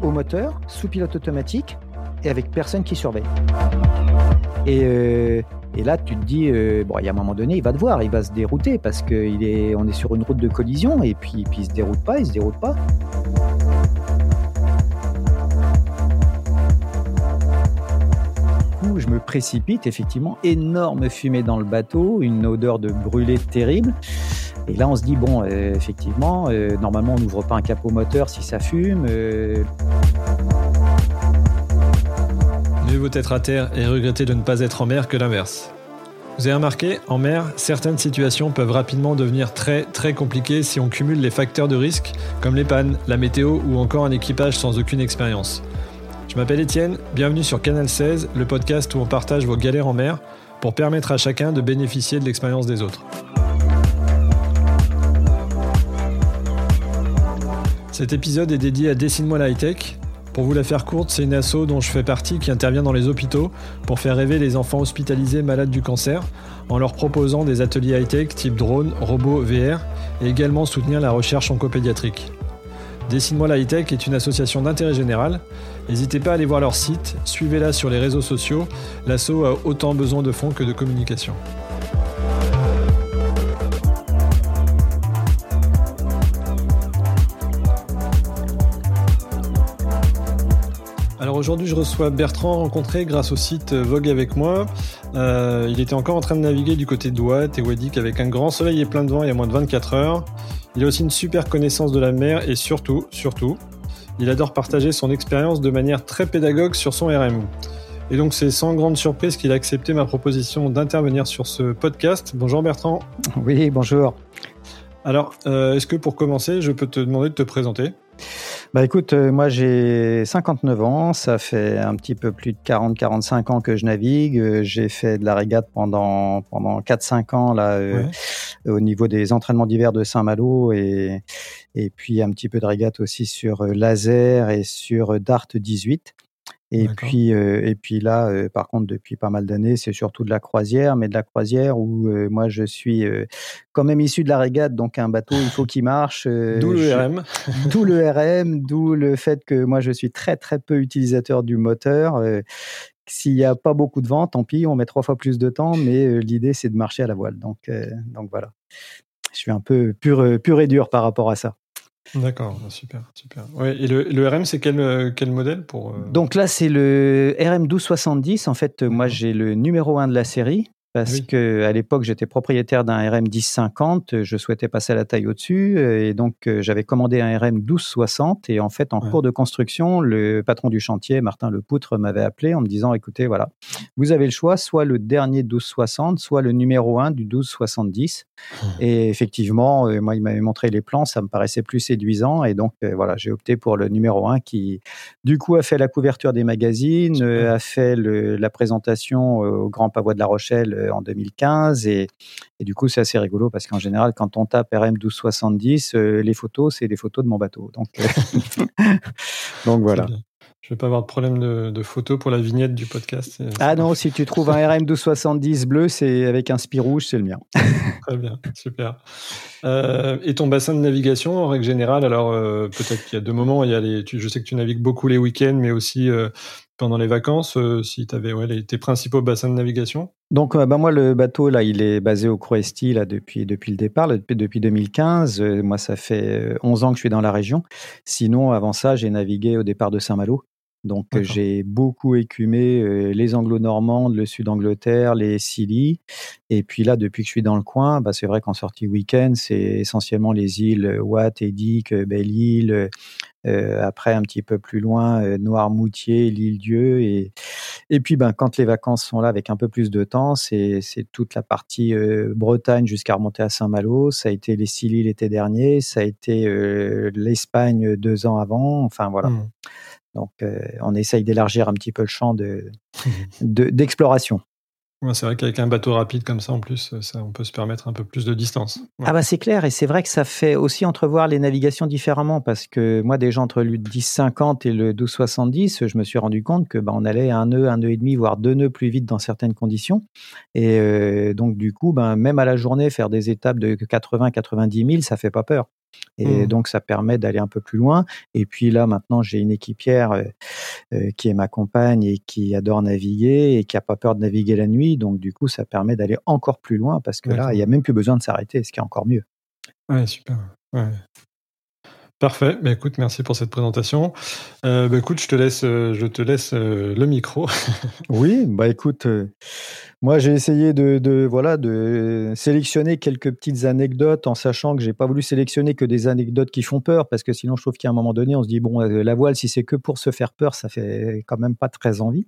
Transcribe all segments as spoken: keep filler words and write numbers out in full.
au moteur, sous pilote automatique et avec personne qui surveille. Et, euh, et là, tu te dis, euh, bon, il y a un moment donné, il va te voir, il va se dérouter parce qu'on est, on est sur une route de collision et puis, puis il se déroute pas, il se déroute pas. Du coup, je me précipite, effectivement, énorme fumée dans le bateau, une odeur de brûlé terrible. Et là, on se dit, bon, euh, effectivement, euh, normalement, on n'ouvre pas un capot moteur si ça fume. Euh... Mieux vaut être à terre et regretter de ne pas être en mer que l'inverse. Vous avez remarqué, en mer, certaines situations peuvent rapidement devenir très très compliquées si on cumule les facteurs de risque, comme les pannes, la météo ou encore un équipage sans aucune expérience. Je m'appelle Étienne, bienvenue sur Canal seize, le podcast où on partage vos galères en mer pour permettre à chacun de bénéficier de l'expérience des autres. Cet épisode est dédié à Dessine-moi la high-tech. Pour vous la faire courte, c'est une asso dont je fais partie qui intervient dans les hôpitaux pour faire rêver les enfants hospitalisés malades du cancer en leur proposant des ateliers high-tech type drone, robots, V R et également soutenir la recherche oncopédiatrique. Dessine-moi la high-tech est une association d'intérêt général. N'hésitez pas à aller voir leur site, suivez-la sur les réseaux sociaux. L'asso a autant besoin de fonds que de communication. Alors aujourd'hui, je reçois Bertrand rencontré grâce au site Vogue avec moi. Euh, il était encore en train de naviguer du côté de Ouate et Wadic avec un grand soleil et plein de vent il y a moins de vingt-quatre heures. Il a aussi une super connaissance de la mer et surtout, surtout, il adore partager son expérience de manière très pédagogue sur son R M. Et donc c'est sans grande surprise qu'il a accepté ma proposition d'intervenir sur ce podcast. Bonjour Bertrand. Oui, bonjour. Alors, euh, est-ce que pour commencer, je peux te demander de te présenter ? Bah écoute, euh, moi j'ai cinquante-neuf ans, ça fait un petit peu plus de quarante à quarante-cinq ans que je navigue. Euh, j'ai fait de la régate pendant pendant quatre à cinq ans là euh, ouais. au niveau des entraînements d'hiver de Saint-Malo et et puis un petit peu de régate aussi sur euh, laser et sur Dart dix-huit. Et D'accord. puis euh, et puis là, euh, par contre, depuis pas mal d'années, c'est surtout de la croisière, mais de la croisière où euh, moi je suis euh, quand même issu de la régate, donc un bateau il faut qu'il marche. Euh, d'où le je, R M. d'où le R M, d'où le fait que moi je suis très très peu utilisateur du moteur. Euh, s'il y a pas beaucoup de vent, tant pis, on met trois fois plus de temps, mais euh, l'idée c'est de marcher à la voile. Donc euh, donc voilà, je suis un peu pur pur et dur par rapport à ça. D'accord, super, super. Ouais, et le, le R M, c'est quel, quel modèle pour euh... Donc là, c'est le R M douze soixante-dix. En fait, moi, j'ai le numéro un de la série. Parce oui. qu'à l'époque, j'étais propriétaire d'un R M dix cinquante, je souhaitais passer à la taille au-dessus, et donc j'avais commandé un R M douze soixante, et en fait, en ouais. cours de construction, le patron du chantier, Martin Lepoutre, m'avait appelé en me disant, écoutez, voilà, vous avez le choix, soit le dernier douze soixante, soit le numéro un du douze soixante-dix. Mmh. Et effectivement, euh, moi, il m'avait montré les plans, ça me paraissait plus séduisant, et donc, euh, voilà, j'ai opté pour le numéro un qui, du coup, a fait la couverture des magazines, euh, a fait le, la présentation au Grand Pavois de La Rochelle en deux mille quinze et, et du coup c'est assez rigolo parce qu'en général quand on tape R M douze soixante-dix euh, les photos c'est des photos de mon bateau donc, euh... donc voilà. Je ne vais pas avoir de problème de, de photos pour la vignette du podcast. C'est, c'est ah non, si tu trouves un R M douze soixante-dix bleu, c'est avec un spi rouge, c'est le mien. Très bien, super. Euh, et ton bassin de navigation, en règle générale, alors euh, peut-être qu'il y a deux moments, il y a les, tu, je sais que tu navigues beaucoup les week-ends, mais aussi euh, pendant les vacances, euh, si tu avais ouais, les, tes principaux bassins de navigation. Donc, euh, bah, moi, le bateau, là, il est basé au Croesti, là, depuis, depuis le départ, là, depuis, depuis deux mille quinze. Euh, moi, ça fait onze ans que je suis dans la région. Sinon, avant ça, j'ai navigué au départ de Saint-Malo. Donc, D'accord. j'ai beaucoup écumé euh, les Anglo-Normandes, le sud d'Angleterre, les Scilly. Et puis là, depuis que je suis dans le coin, bah, c'est vrai qu'en sortie week-end, c'est essentiellement les îles Ouate, Edic, Belle-Île. Euh, après, un petit peu plus loin, euh, Noirmoutier, l'Île-Dieu. Et, et puis, ben, quand les vacances sont là avec un peu plus de temps, c'est, c'est toute la partie euh, Bretagne jusqu'à remonter à Saint-Malo. Ça a été les Scilly l'été dernier. Ça a été euh, l'Espagne deux ans avant. Enfin, voilà. Mmh. Donc, euh, on essaye d'élargir un petit peu le champ de, de, d'exploration. Ouais, c'est vrai qu'avec un bateau rapide comme ça, en plus, ça, on peut se permettre un peu plus de distance. Ouais. Ah bah c'est clair, et c'est vrai que ça fait aussi entrevoir les navigations différemment, parce que moi, déjà entre le dix cinquante et le douze soixante-dix, je me suis rendu compte que bah, on allait un nœud, un nœud et demi, voire deux nœuds plus vite dans certaines conditions. Et euh, donc, du coup, ben, même à la journée, faire des étapes de quatre-vingts à quatre-vingt-dix milles, ça fait pas peur. Et Mmh. donc, ça permet d'aller un peu plus loin. Et puis là, maintenant, j'ai une équipière euh, euh, qui est ma compagne et qui adore naviguer et qui a pas peur de naviguer la nuit. Donc, du coup, ça permet d'aller encore plus loin parce que là, il D'accord. n'y a même plus besoin de s'arrêter, ce qui est encore mieux. Ouais, super. Ouais. Parfait. Bah, écoute, merci pour cette présentation. Euh, bah, écoute, je te laisse, euh, je te laisse euh, le micro. Oui, bah écoute, euh, moi j'ai essayé de, de voilà de sélectionner quelques petites anecdotes en sachant que j'ai pas voulu sélectionner que des anecdotes qui font peur parce que sinon je trouve qu'à un moment donné on se dit bon euh, la voile si c'est que pour se faire peur ça fait quand même pas très envie.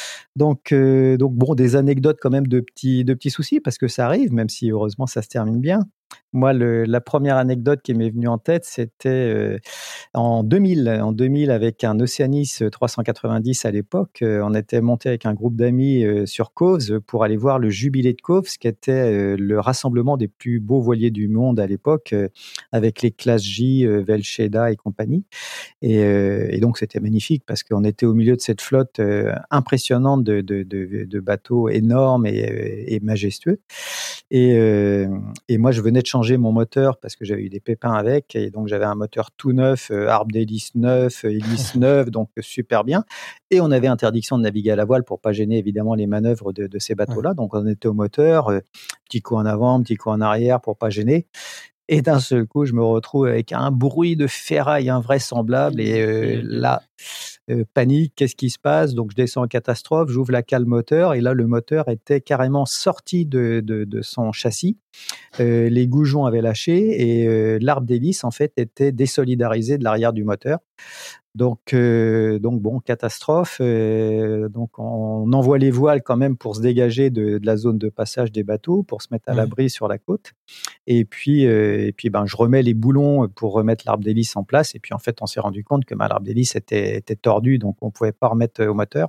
Donc euh, donc bon des anecdotes quand même de petits de petits soucis parce que ça arrive même si heureusement ça se termine bien. Moi le, la première anecdote qui m'est venue en tête c'était euh, en deux mille, en deux mille, avec un Oceanis trois cent quatre-vingt-dix à l'époque, euh, on était monté avec un groupe d'amis euh, sur Cowes pour aller voir le Jubilé de Cowes, qui était euh, le rassemblement des plus beaux voiliers du monde à l'époque, euh, avec les classes J, euh, Velcheda et compagnie. Et, euh, et donc c'était magnifique parce qu'on était au milieu de cette flotte euh, impressionnante de, de, de, de bateaux énormes et, euh, et majestueux. Et, euh, et moi, je venais de changer mon moteur parce que j'avais eu des pépins avec. Et donc, j'avais un moteur tout neuf, euh, arbre d'hélice neuf, euh, hélice neuve, donc euh, super bien. Et on avait interdiction de naviguer à la voile pour pas gêner évidemment les manœuvres de, de ces Ouais. bateaux-là. Donc, on était au moteur, euh, petit coup en avant, petit coup en arrière pour pas gêner. Et d'un seul coup, je me retrouve avec un bruit de ferraille invraisemblable. Et euh, là, euh, panique, qu'est-ce qui se passe? Donc, je descends en catastrophe, j'ouvre la cale moteur. Et là, le moteur était carrément sorti de, de, de son châssis. Euh, les goujons avaient lâché et euh, l'arbre d'hélice, en fait, était désolidarisé de l'arrière du moteur. Donc, euh, donc bon, catastrophe. Euh, donc, on envoie les voiles quand même pour se dégager de, de la zone de passage des bateaux, pour se mettre à Ouais. l'abri sur la côte. Et puis, euh, et puis, ben, je remets les boulons pour remettre l'arbre d'hélice en place. Et puis, en fait, on s'est rendu compte que ben, l'arbre d'hélice était, était tordu, donc on pouvait pas remettre au moteur.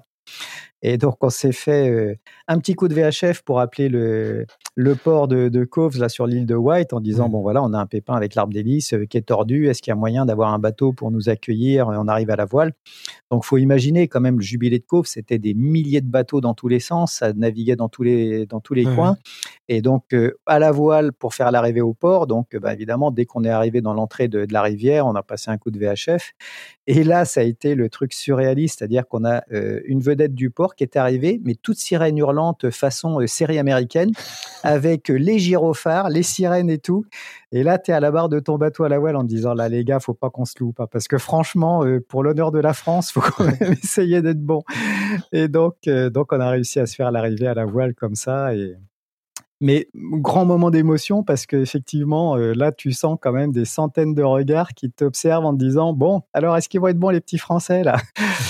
Et donc, on s'est fait euh, un petit coup de V H F pour appeler le, le port de, de Cowes, là, sur l'île de Wight, en disant, Ouais. bon, voilà, on a un pépin avec l'arbre d'hélice euh, qui est tordu. Est-ce qu'il y a moyen d'avoir un bateau pour nous accueillir? On arrive à la voile. Donc, faut imaginer quand même le Jubilé de Cowes, c'était des milliers de bateaux dans tous les sens, ça naviguait dans tous les, dans tous les Ouais, coins. ouais. Et donc, euh, à la voile pour faire l'arrivée au port. Donc, euh, bah, évidemment, dès qu'on est arrivé dans l'entrée de, de la rivière, on a passé un coup de V H F. Et là, ça a été le truc surréaliste, c'est-à-dire qu'on a euh, une vedette du port qui est arrivée, mais toute sirène hurlante façon euh, série américaine, avec euh, les gyrophares, les sirènes et tout. Et là, tu es à la barre de ton bateau à la voile en te disant, là, les gars, faut pas qu'on se loupe, hein, parce que franchement, euh, pour l'honneur de la France, faut quand même essayer d'être bon. Et donc, euh, donc, on a réussi à se faire l'arrivée à la voile comme ça. Et... Mais grand moment d'émotion parce qu'effectivement, euh, là, tu sens quand même des centaines de regards qui t'observent en te disant, bon, alors, est-ce qu'ils vont être bons, les petits Français, là?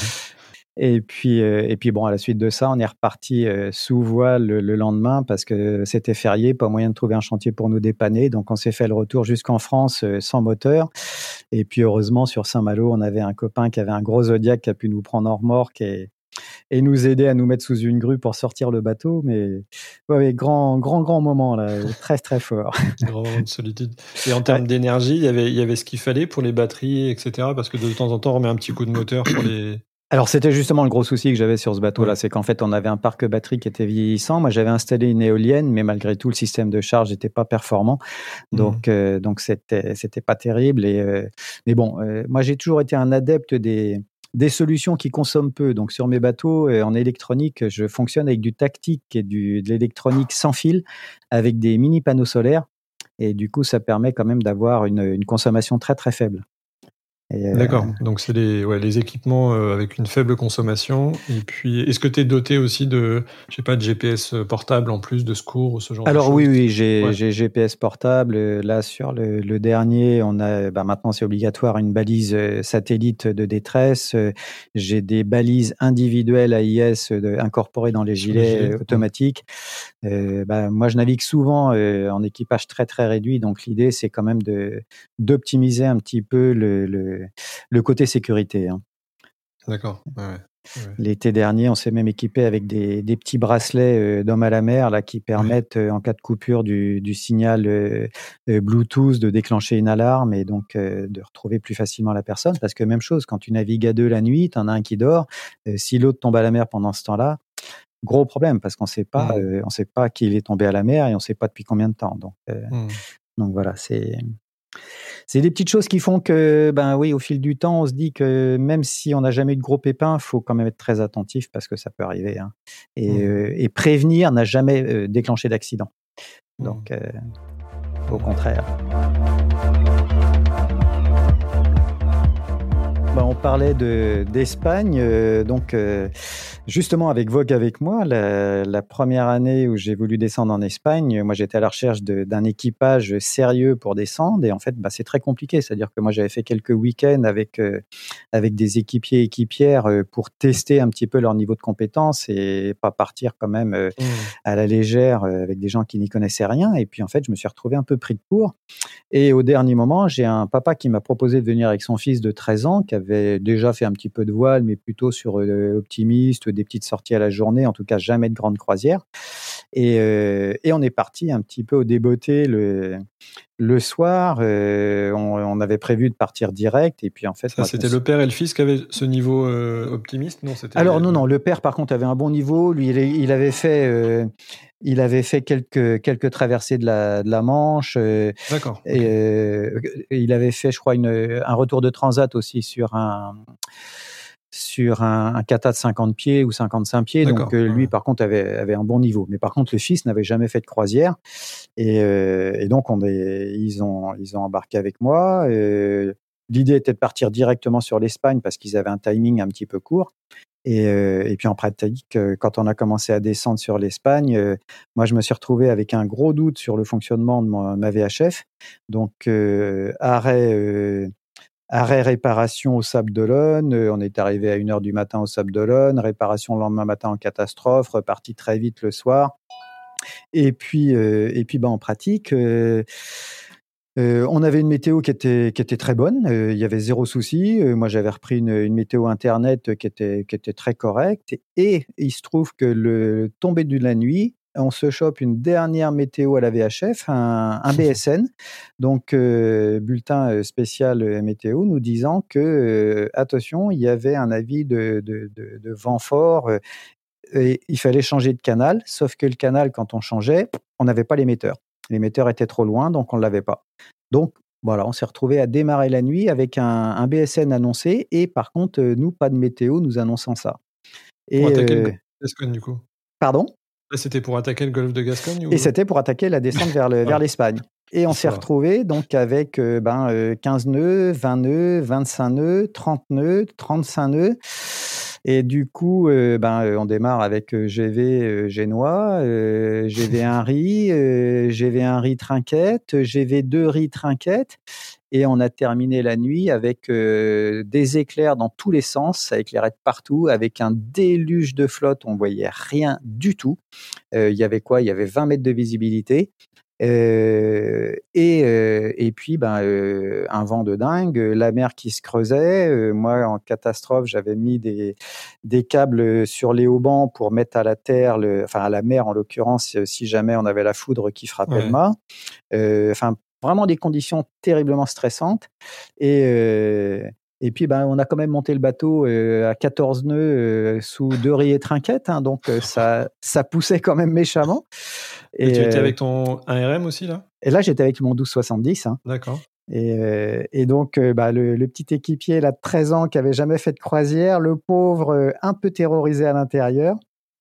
Et puis, euh, et puis bon, à la suite de ça, on est reparti euh, sous voile le, le lendemain parce que c'était férié, pas moyen de trouver un chantier pour nous dépanner. Donc, on s'est fait le retour jusqu'en France euh, sans moteur. Et puis, heureusement, sur Saint-Malo, on avait un copain qui avait un gros Zodiac qui a pu nous prendre en remorque et, et nous aider à nous mettre sous une grue pour sortir le bateau. Mais ouais, ouais, grand, grand, grand moment, là, très, très fort. Grand moment de solitude. Et en Ouais. termes d'énergie, il y avait, il y avait ce qu'il fallait pour les batteries, et cetera. Parce que de temps en temps, on remet un petit coup de moteur pour les. Alors, c'était justement le gros souci que j'avais sur ce bateau-là, Ouais. c'est qu'en fait, on avait un parc batterie qui était vieillissant. Moi, j'avais installé une éolienne, mais malgré tout, le système de charge n'était pas performant. Donc, Mmh. euh, donc c'était, c'était pas terrible. Et, euh, mais bon, euh, moi, j'ai toujours été un adepte des, des solutions qui consomment peu. Donc, sur mes bateaux, euh, en électronique, je fonctionne avec du tactique et du, de l'électronique sans fil, avec des mini panneaux solaires. Et du coup, ça permet quand même d'avoir une, une consommation très, très faible. Et, euh, D'accord. Donc, c'est les, ouais, les équipements euh, avec une faible consommation. Et puis, est-ce que tu es doté aussi de, je sais pas, de G P S portable en plus de secours ou ce genre Alors de choses? oui, oui, j'ai, Ouais. j'ai G P S portable. Euh, Là, sur le, le dernier, on a, bah, maintenant c'est obligatoire, une balise euh, satellite de détresse. Euh, J'ai des balises individuelles A I S de- incorporées dans les Sur les gilets gilets. euh, automatiques. Euh, bah, moi, je navigue souvent euh, en équipage très très réduit, donc l'idée c'est quand même de d'optimiser un petit peu le le, le côté sécurité, hein. D'accord. Ouais, ouais. Ouais. L'été dernier, on s'est même équipé avec des, des petits bracelets euh, d'homme à la mer là, qui Ouais. permettent, euh, en cas de coupure du, du signal euh, euh, Bluetooth, de déclencher une alarme et donc euh, de retrouver plus facilement la personne. Parce que même chose, quand tu navigues à deux la nuit, tu en as un qui dort. Euh, si l'autre tombe à la mer pendant ce temps-là, gros problème parce qu'on sait pas, Mmh. euh, on sait pas qu'il est tombé à la mer et on sait pas depuis combien de temps. Donc, euh, Mmh. donc voilà, c'est C'est des petites choses qui font que, ben oui, au fil du temps, on se dit que même si on n'a jamais eu de gros pépins, il faut quand même être très attentif parce que ça peut arriver. Hein. Et, mmh. euh, et prévenir n'a jamais euh, déclenché d'accident. Mmh. Donc, euh, au contraire. Ben, on parlait de, d'Espagne, euh, donc euh, justement avec Vogue avec moi, la, la première année où j'ai voulu descendre en Espagne, moi j'étais à la recherche de, d'un équipage sérieux pour descendre et en fait ben, c'est très compliqué, c'est-à-dire que moi j'avais fait quelques week-ends avec, euh, avec des équipiers et équipières euh, pour tester un petit peu leur niveau de compétence et pas partir quand même euh, mmh. à la légère euh, avec des gens qui n'y connaissaient rien et puis en fait je me suis retrouvé un peu pris de court. Et au dernier moment, j'ai un papa qui m'a proposé de venir avec son fils de treize ans, qui avait déjà fait un petit peu de voile, mais plutôt sur euh, optimiste, des petites sorties à la journée, en tout cas jamais de grande croisière. Et, euh, et on est parti un petit peu au débotté le, le soir. Euh, on, on avait prévu de partir direct. Et puis en fait, ça, moi, c'était le père et le fils qui avaient ce niveau euh, optimiste, non c'était... Alors non, non, le père par contre avait un bon niveau. Lui, il, il avait fait... Euh, Il avait fait quelques, quelques traversées de la, de la Manche. Euh, D'accord. Et, euh, il avait fait, je crois, une, un retour de transat aussi sur un, sur un, un kata de cinquante pieds ou cinquante-cinq pieds. D'accord. Donc, euh, lui, ouais. par contre, avait, avait un bon niveau. Mais par contre, le fils n'avait jamais fait de croisière. Et, euh, et donc, on est, ils, ont, ils ont embarqué avec moi. Euh, l'idée était de partir directement sur l'Espagne parce qu'ils avaient un timing un petit peu court. Et, euh, et puis en pratique, euh, quand on a commencé à descendre sur l'Espagne, euh, moi je me suis retrouvé avec un gros doute sur le fonctionnement de ma, ma V H F. Donc euh, arrêt, euh, arrêt réparation au Sable d'Olonne. Euh, on est arrivé à une heure du matin au Sable d'Olonne. Réparation le lendemain matin en catastrophe. Reparti très vite le soir. Et puis, euh, et puis bah, en pratique. Euh, Euh, on avait une météo qui était, qui était très bonne, il euh, y avait zéro souci. Euh, moi, j'avais repris une, une météo Internet qui était, qui était très correcte. Et il se trouve que le tombé de la nuit, on se chope une dernière météo à la V H F, un, un B S N, donc euh, bulletin spécial météo, nous disant que, euh, attention, il y avait un avis de, de, de, de vent fort euh, et il fallait changer de canal, sauf que le canal, quand on changeait, on n'avait pas l'émetteur. L'émetteur était trop loin, donc on ne l'avait pas. Donc, voilà, on s'est retrouvé à démarrer la nuit avec un, un B S N annoncé et par contre, nous, pas de météo nous annonçant ça. Et pour attaquer euh... le golfe de Gascogne, du coup. Pardon ? Là, c'était pour attaquer le golfe de Gascogne ou... Et c'était pour attaquer la descente vers, le, vers l'Espagne. Et on s'est retrouvé donc avec euh, ben, euh, quinze nœuds, vingt nœuds, vingt-cinq nœuds, trente nœuds, trente-cinq nœuds. Et du coup, euh, ben, on démarre avec G V euh, génois, euh, G V un riz, euh, G V un riz trinquette, G V deux riz trinquette. Et on a terminé la nuit avec euh, des éclairs dans tous les sens, ça éclairait de partout, avec un déluge de flotte, on voyait rien du tout. Il euh, y avait quoi ? Il y avait vingt mètres de visibilité. Euh, et, euh, et puis ben, euh, un vent de dingue, la mer qui se creusait. Euh, moi, en catastrophe, j'avais mis des, des câbles sur les haubans pour mettre à la terre, le, enfin à la mer en l'occurrence, si jamais on avait la foudre qui frappait ouais. le mât. Euh, enfin, vraiment des conditions terriblement stressantes. Et, euh, et puis, ben, on a quand même monté le bateau euh, à quatorze nœuds euh, sous deux rayés trinquettes, hein, donc euh, ça, ça poussait quand même méchamment. Et, et tu étais euh, avec ton un R M aussi, là ? Et là, j'étais avec mon douze soixante-dix. Hein. D'accord. Et, euh, et donc, euh, bah, le, le petit équipier là, de treize ans qui n'avait jamais fait de croisière, le pauvre, euh, un peu terrorisé à l'intérieur.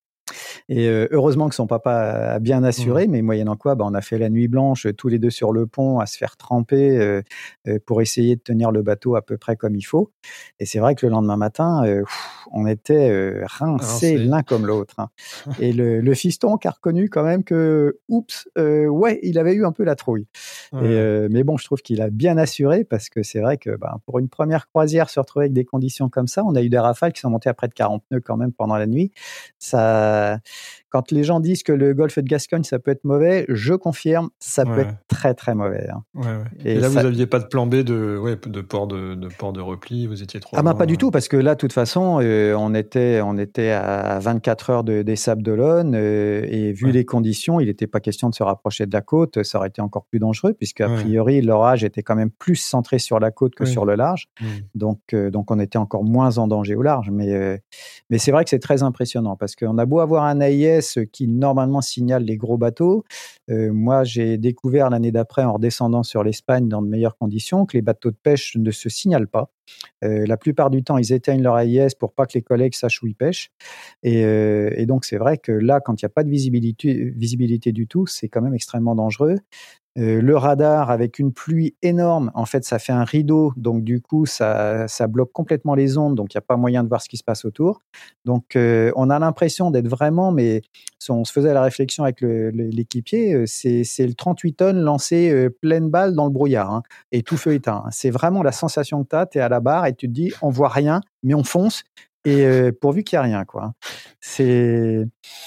Et euh, heureusement que son papa a bien assuré, mmh. mais moyennant quoi, bah, on a fait la nuit blanche tous les deux sur le pont à se faire tremper euh, euh, pour essayer de tenir le bateau à peu près comme il faut. Et c'est vrai que le lendemain matin, euh, pff, on était euh, rincés l'un comme l'autre. Hein. Et le, le fiston qui a reconnu quand même que, oups, euh, ouais, il avait eu un peu la trouille. Ouais. Et, euh, mais bon, je trouve qu'il a bien assuré parce que c'est vrai que bah, pour une première croisière, se retrouver avec des conditions comme ça, on a eu des rafales qui sont montées à près de quarante nœuds quand même pendant la nuit. Ça... Quand les gens disent que le golfe de Gascogne, ça peut être mauvais, je confirme, ça ouais. peut être très, très mauvais. Hein. Ouais, ouais. Et, et là, ça... vous n'aviez pas de plan B de, ouais, de, port de, de port de repli, vous étiez trop Ah loin. bah pas du tout, parce que là, de toute façon, euh, on, était, on était à vingt-quatre heures de, des Sables d'Olonne, euh, et vu ouais. les conditions, il n'était pas question de se rapprocher de la côte, ça aurait été encore plus dangereux, puisque a ouais. priori, l'orage était quand même plus centré sur la côte que ouais. sur le large. Mmh. Donc, euh, donc, on était encore moins en danger au large. Mais, euh, mais c'est vrai que c'est très impressionnant, parce qu'on a beau avoir un A I S S qui normalement signalent les gros bateaux. Euh, moi, j'ai découvert l'année d'après, en redescendant sur l'Espagne dans de meilleures conditions, que les bateaux de pêche ne se signalent pas. Euh, la plupart du temps, ils éteignent leur A I S pour pas que les collègues sachent où ils pêchent. Et, euh, et donc, c'est vrai que là, quand il n'y a pas de visibilité, visibilité du tout, c'est quand même extrêmement dangereux. Euh, le radar, avec une pluie énorme, en fait, ça fait un rideau. Donc, du coup, ça, ça bloque complètement les ondes. Donc, il n'y a pas moyen de voir ce qui se passe autour. Donc, euh, on a l'impression d'être vraiment, mais on se faisait la réflexion avec le, le, l'équipier, euh, c'est, c'est le trente-huit tonnes lancé euh, pleine balle dans le brouillard, hein, et tout feu éteint. Hein. C'est vraiment la sensation que tu as. Tu es à la barre et tu te dis, on voit rien, mais on fonce. Et euh, pourvu qu'il n'y a rien, quoi. C'est...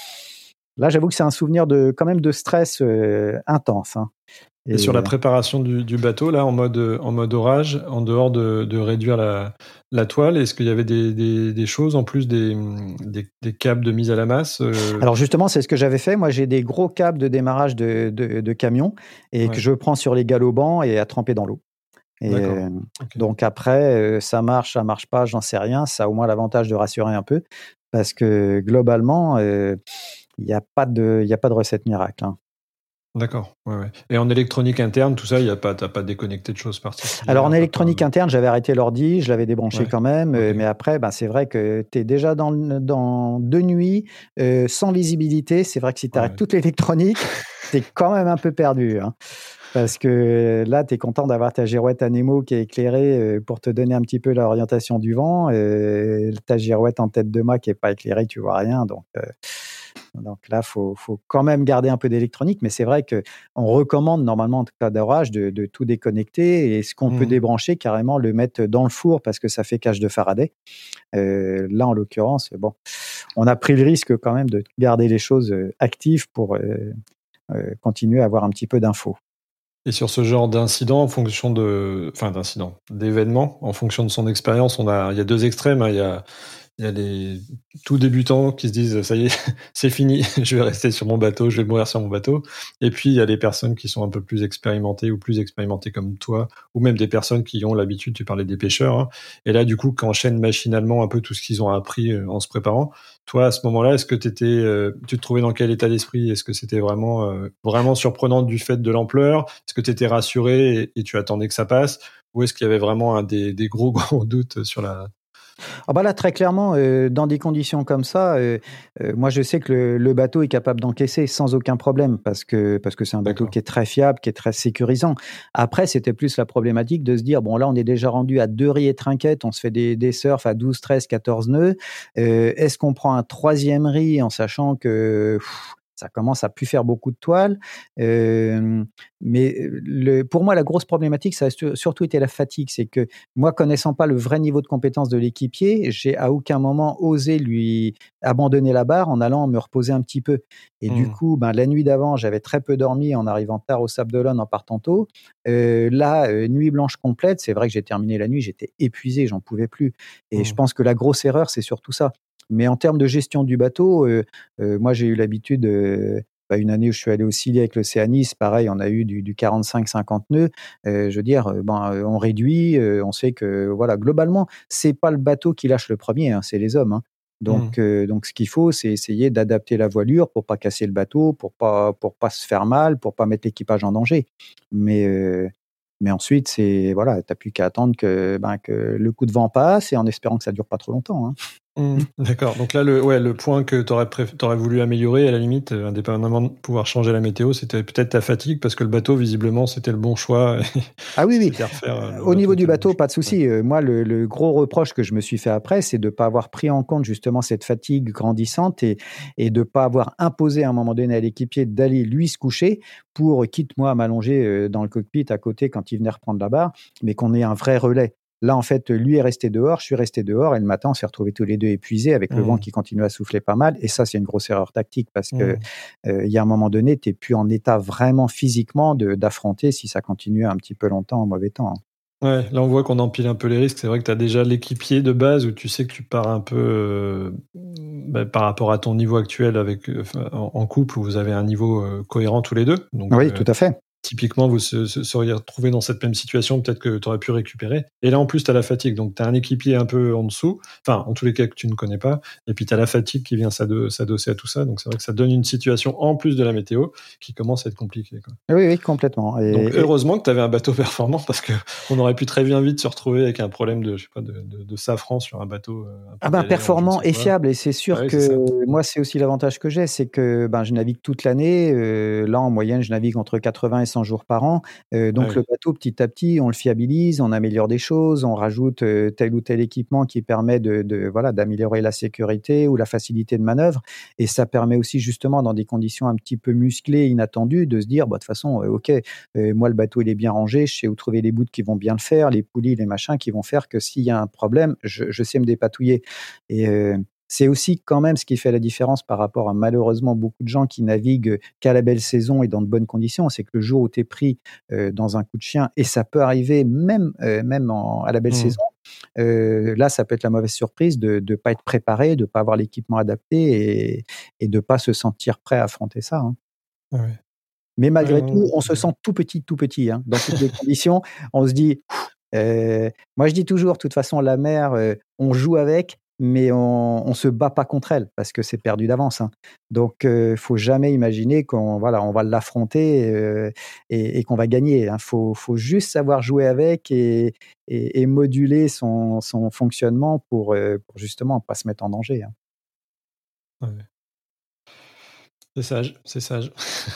Là, j'avoue que c'est un souvenir de, quand même de stress euh, intense. Hein. Et, et sur la préparation du, du bateau, là, en mode, en mode orage, en dehors de, de réduire la, la toile, est-ce qu'il y avait des, des, des choses, en plus des, des, des câbles de mise à la masse euh... Alors justement, c'est ce que j'avais fait. Moi, j'ai des gros câbles de démarrage de, de, de camions et ouais. que je prends sur les galopants et à tremper dans l'eau. Et euh, okay. Donc après, euh, ça marche, ça marche pas, j'en sais rien. Ça a au moins l'avantage de rassurer un peu parce que globalement... Euh, il n'y a pas de, il y a pas de recette miracle. Hein. D'accord. Ouais, ouais. Et en électronique interne, tout ça, il y a pas, t'as pas déconnecté de choses particulières. Alors en électronique pas... interne, j'avais arrêté l'ordi, je l'avais débranché ouais. quand même, okay. euh, mais après, ben, c'est vrai que tu es déjà dans, dans deux nuits, euh, sans visibilité. C'est vrai que si tu arrêtes ouais. toute l'électronique, tu es quand même un peu perdu. Hein. Parce que là, tu es content d'avoir ta girouette à Nemo qui est éclairée pour te donner un petit peu l'orientation du vent. Et ta girouette en tête de mât qui n'est pas éclairée, tu vois rien. Donc, euh, donc là, il faut, faut quand même garder un peu d'électronique. Mais c'est vrai qu'on recommande normalement, en cas d'orage, de, de tout déconnecter. Et ce qu'on mmh. peut débrancher, carrément le mettre dans le four parce que ça fait cage de Faraday. Euh, là, en l'occurrence, bon, on a pris le risque quand même de garder les choses actives pour euh, euh, continuer à avoir un petit peu d'infos. Et sur ce genre d'incident, en fonction de, enfin d'incident, d'événement, en fonction de son expérience, on a, il y a deux extrêmes. Hein. Il y a, il y a les tout débutants qui se disent ça y est, c'est fini, je vais rester sur mon bateau, je vais mourir sur mon bateau. Et puis il y a les personnes qui sont un peu plus expérimentées ou plus expérimentées comme toi, ou même des personnes qui ont l'habitude. Tu parlais des pêcheurs. Hein. Et là, du coup, qui enchaînent machinalement un peu tout ce qu'ils ont appris en se préparant. Toi, à ce moment-là, est-ce que t'étais, euh, tu te trouvais dans quel état d'esprit ? Est-ce que c'était vraiment, euh, vraiment surprenant du fait de l'ampleur ? Est-ce que tu étais rassuré et, et tu attendais que ça passe ? Ou est-ce qu'il y avait vraiment un des, des gros, gros doutes sur la... Ah bah là, très clairement, euh, dans des conditions comme ça, euh, euh, moi je sais que le, le bateau est capable d'encaisser sans aucun problème parce que, parce que c'est un bateau D'accord. qui est très fiable, qui est très sécurisant. Après, c'était plus la problématique de se dire, bon là on est déjà rendu à deux ris et trinquettes, on se fait des, des surfs à douze, treize, quatorze nœuds. Euh, est-ce qu'on prend un troisième riz en sachant que... Pff, ça commence à plus faire beaucoup de toiles. Euh, mais le, pour moi, la grosse problématique, ça a surtout été la fatigue. C'est que moi, connaissant pas le vrai niveau de compétence de l'équipier, j'ai à aucun moment osé lui abandonner la barre en allant me reposer un petit peu. Et mmh. du coup, ben, la nuit d'avant, j'avais très peu dormi en arrivant tard au Sable d'Olonne en partant tôt. Euh, là, euh, nuit blanche complète. C'est vrai que j'ai terminé la nuit, j'étais épuisé, j'en pouvais plus. Et mmh. je pense que la grosse erreur, c'est surtout ça. Mais en termes de gestion du bateau, euh, euh, moi j'ai eu l'habitude, euh, bah, une année où je suis allé au Chili avec l'Océanis, pareil, on a eu du, du quarante-cinq cinquante nœuds. Euh, je veux dire, euh, ben, on réduit, euh, on sait que voilà, globalement, c'est pas le bateau qui lâche le premier, hein, c'est les hommes. Hein. Donc, mmh. euh, donc ce qu'il faut, c'est essayer d'adapter la voilure pour pas casser le bateau, pour pas pour pas se faire mal, pour pas mettre l'équipage en danger. Mais euh, mais ensuite, c'est voilà, t'as plus qu'à attendre que ben que le coup de vent passe et en espérant que ça dure pas trop longtemps. Hein. Mmh, d'accord. Donc là, le, ouais, le point que tu aurais préf... voulu améliorer, à la limite, indépendamment de pouvoir changer la météo, c'était peut-être ta fatigue, parce que le bateau, visiblement, c'était le bon choix. Ah oui, oui. Refaire, Au niveau du bateau, pas de souci. Ouais. Moi, le, le gros reproche que je me suis fait après, c'est de ne pas avoir pris en compte justement cette fatigue grandissante et, et de ne pas avoir imposé à un moment donné à l'équipier d'aller lui se coucher pour, quitte moi à m'allonger dans le cockpit à côté quand il venait reprendre la barre, mais qu'on ait un vrai relais. Là, en fait, lui est resté dehors, je suis resté dehors, et le matin, on s'est retrouvés tous les deux épuisés avec mmh. le vent qui continue à souffler pas mal. Et ça, c'est une grosse erreur tactique parce que mmh. euh, y a un moment donné, tu n'es plus en état vraiment physiquement de, d'affronter si ça continue un petit peu longtemps en mauvais temps. Ouais, là, on voit qu'on empile un peu les risques. C'est vrai que tu as déjà l'équipier de base où tu sais que tu pars un peu euh, bah, par rapport à ton niveau actuel avec, euh, en, en couple où vous avez un niveau euh, cohérent tous les deux. Donc, oui, euh, tout à fait. typiquement, vous se, se seriez retrouvé dans cette même situation, peut-être que tu aurais pu récupérer. Et là, en plus, tu as la fatigue. Donc, tu as un équipier un peu en dessous, enfin, en tous les cas que tu ne connais pas. Et puis, tu as la fatigue qui vient s'ado- s'adosser à tout ça. Donc, c'est vrai que ça donne une situation, en plus de la météo, qui commence à être compliquée, quoi. Oui, oui, complètement. Et, Donc, et- heureusement que tu avais un bateau performant, parce qu'on aurait pu très bien vite se retrouver avec un problème de, je sais pas, de, de, de safran sur un bateau euh, un peu Ah ben, galère, ou je ne performant sais et quoi. fiable, et c'est Ah sûr oui, que c'est ça. moi, c'est aussi l'avantage que j'ai, c'est que ben, je navigue toute l'année. Euh, là, en moyenne, je navigue entre quatre-vingts et cent jours par an. Euh, Ah donc, oui. le bateau, petit à petit, on le fiabilise, on améliore des choses, on rajoute euh, tel ou tel équipement qui permet de, de, voilà, d'améliorer la sécurité ou la facilité de manœuvre. Et ça permet aussi, justement, dans des conditions un petit peu musclées, inattendues, de se dire, bah, de toute façon, euh, OK, euh, moi, le bateau, il est bien rangé, je sais où trouver les bouts qui vont bien le faire, les poulies, les machins qui vont faire que s'il y a un problème, je, je sais me dépatouiller. Et euh, c'est aussi quand même ce qui fait la différence par rapport à malheureusement beaucoup de gens qui naviguent qu'à la belle saison et dans de bonnes conditions. C'est que le jour où tu es pris euh, dans un coup de chien, et ça peut arriver même, euh, même en, à la belle Mmh. saison, euh, là, ça peut être la mauvaise surprise de ne pas être préparé, de ne pas avoir l'équipement adapté et, et de ne pas se sentir prêt à affronter ça, hein. Ah ouais. Mais Ouais, malgré non, tout, on c'est- se sent tout petit, tout petit, hein, dans toutes les conditions. On se dit, euh, moi je dis toujours, de toute façon, la mer, euh, on joue avec, mais on, on se bat pas contre elle parce que c'est perdu d'avance, hein. Donc, euh, faut jamais imaginer qu'on, voilà, on va l'affronter euh, et, et qu'on va gagner. Il faut, faut juste savoir jouer avec et, et, et moduler son, son fonctionnement pour, euh, pour justement pas se mettre en danger, hein. ouais. C'est sage, c'est sage.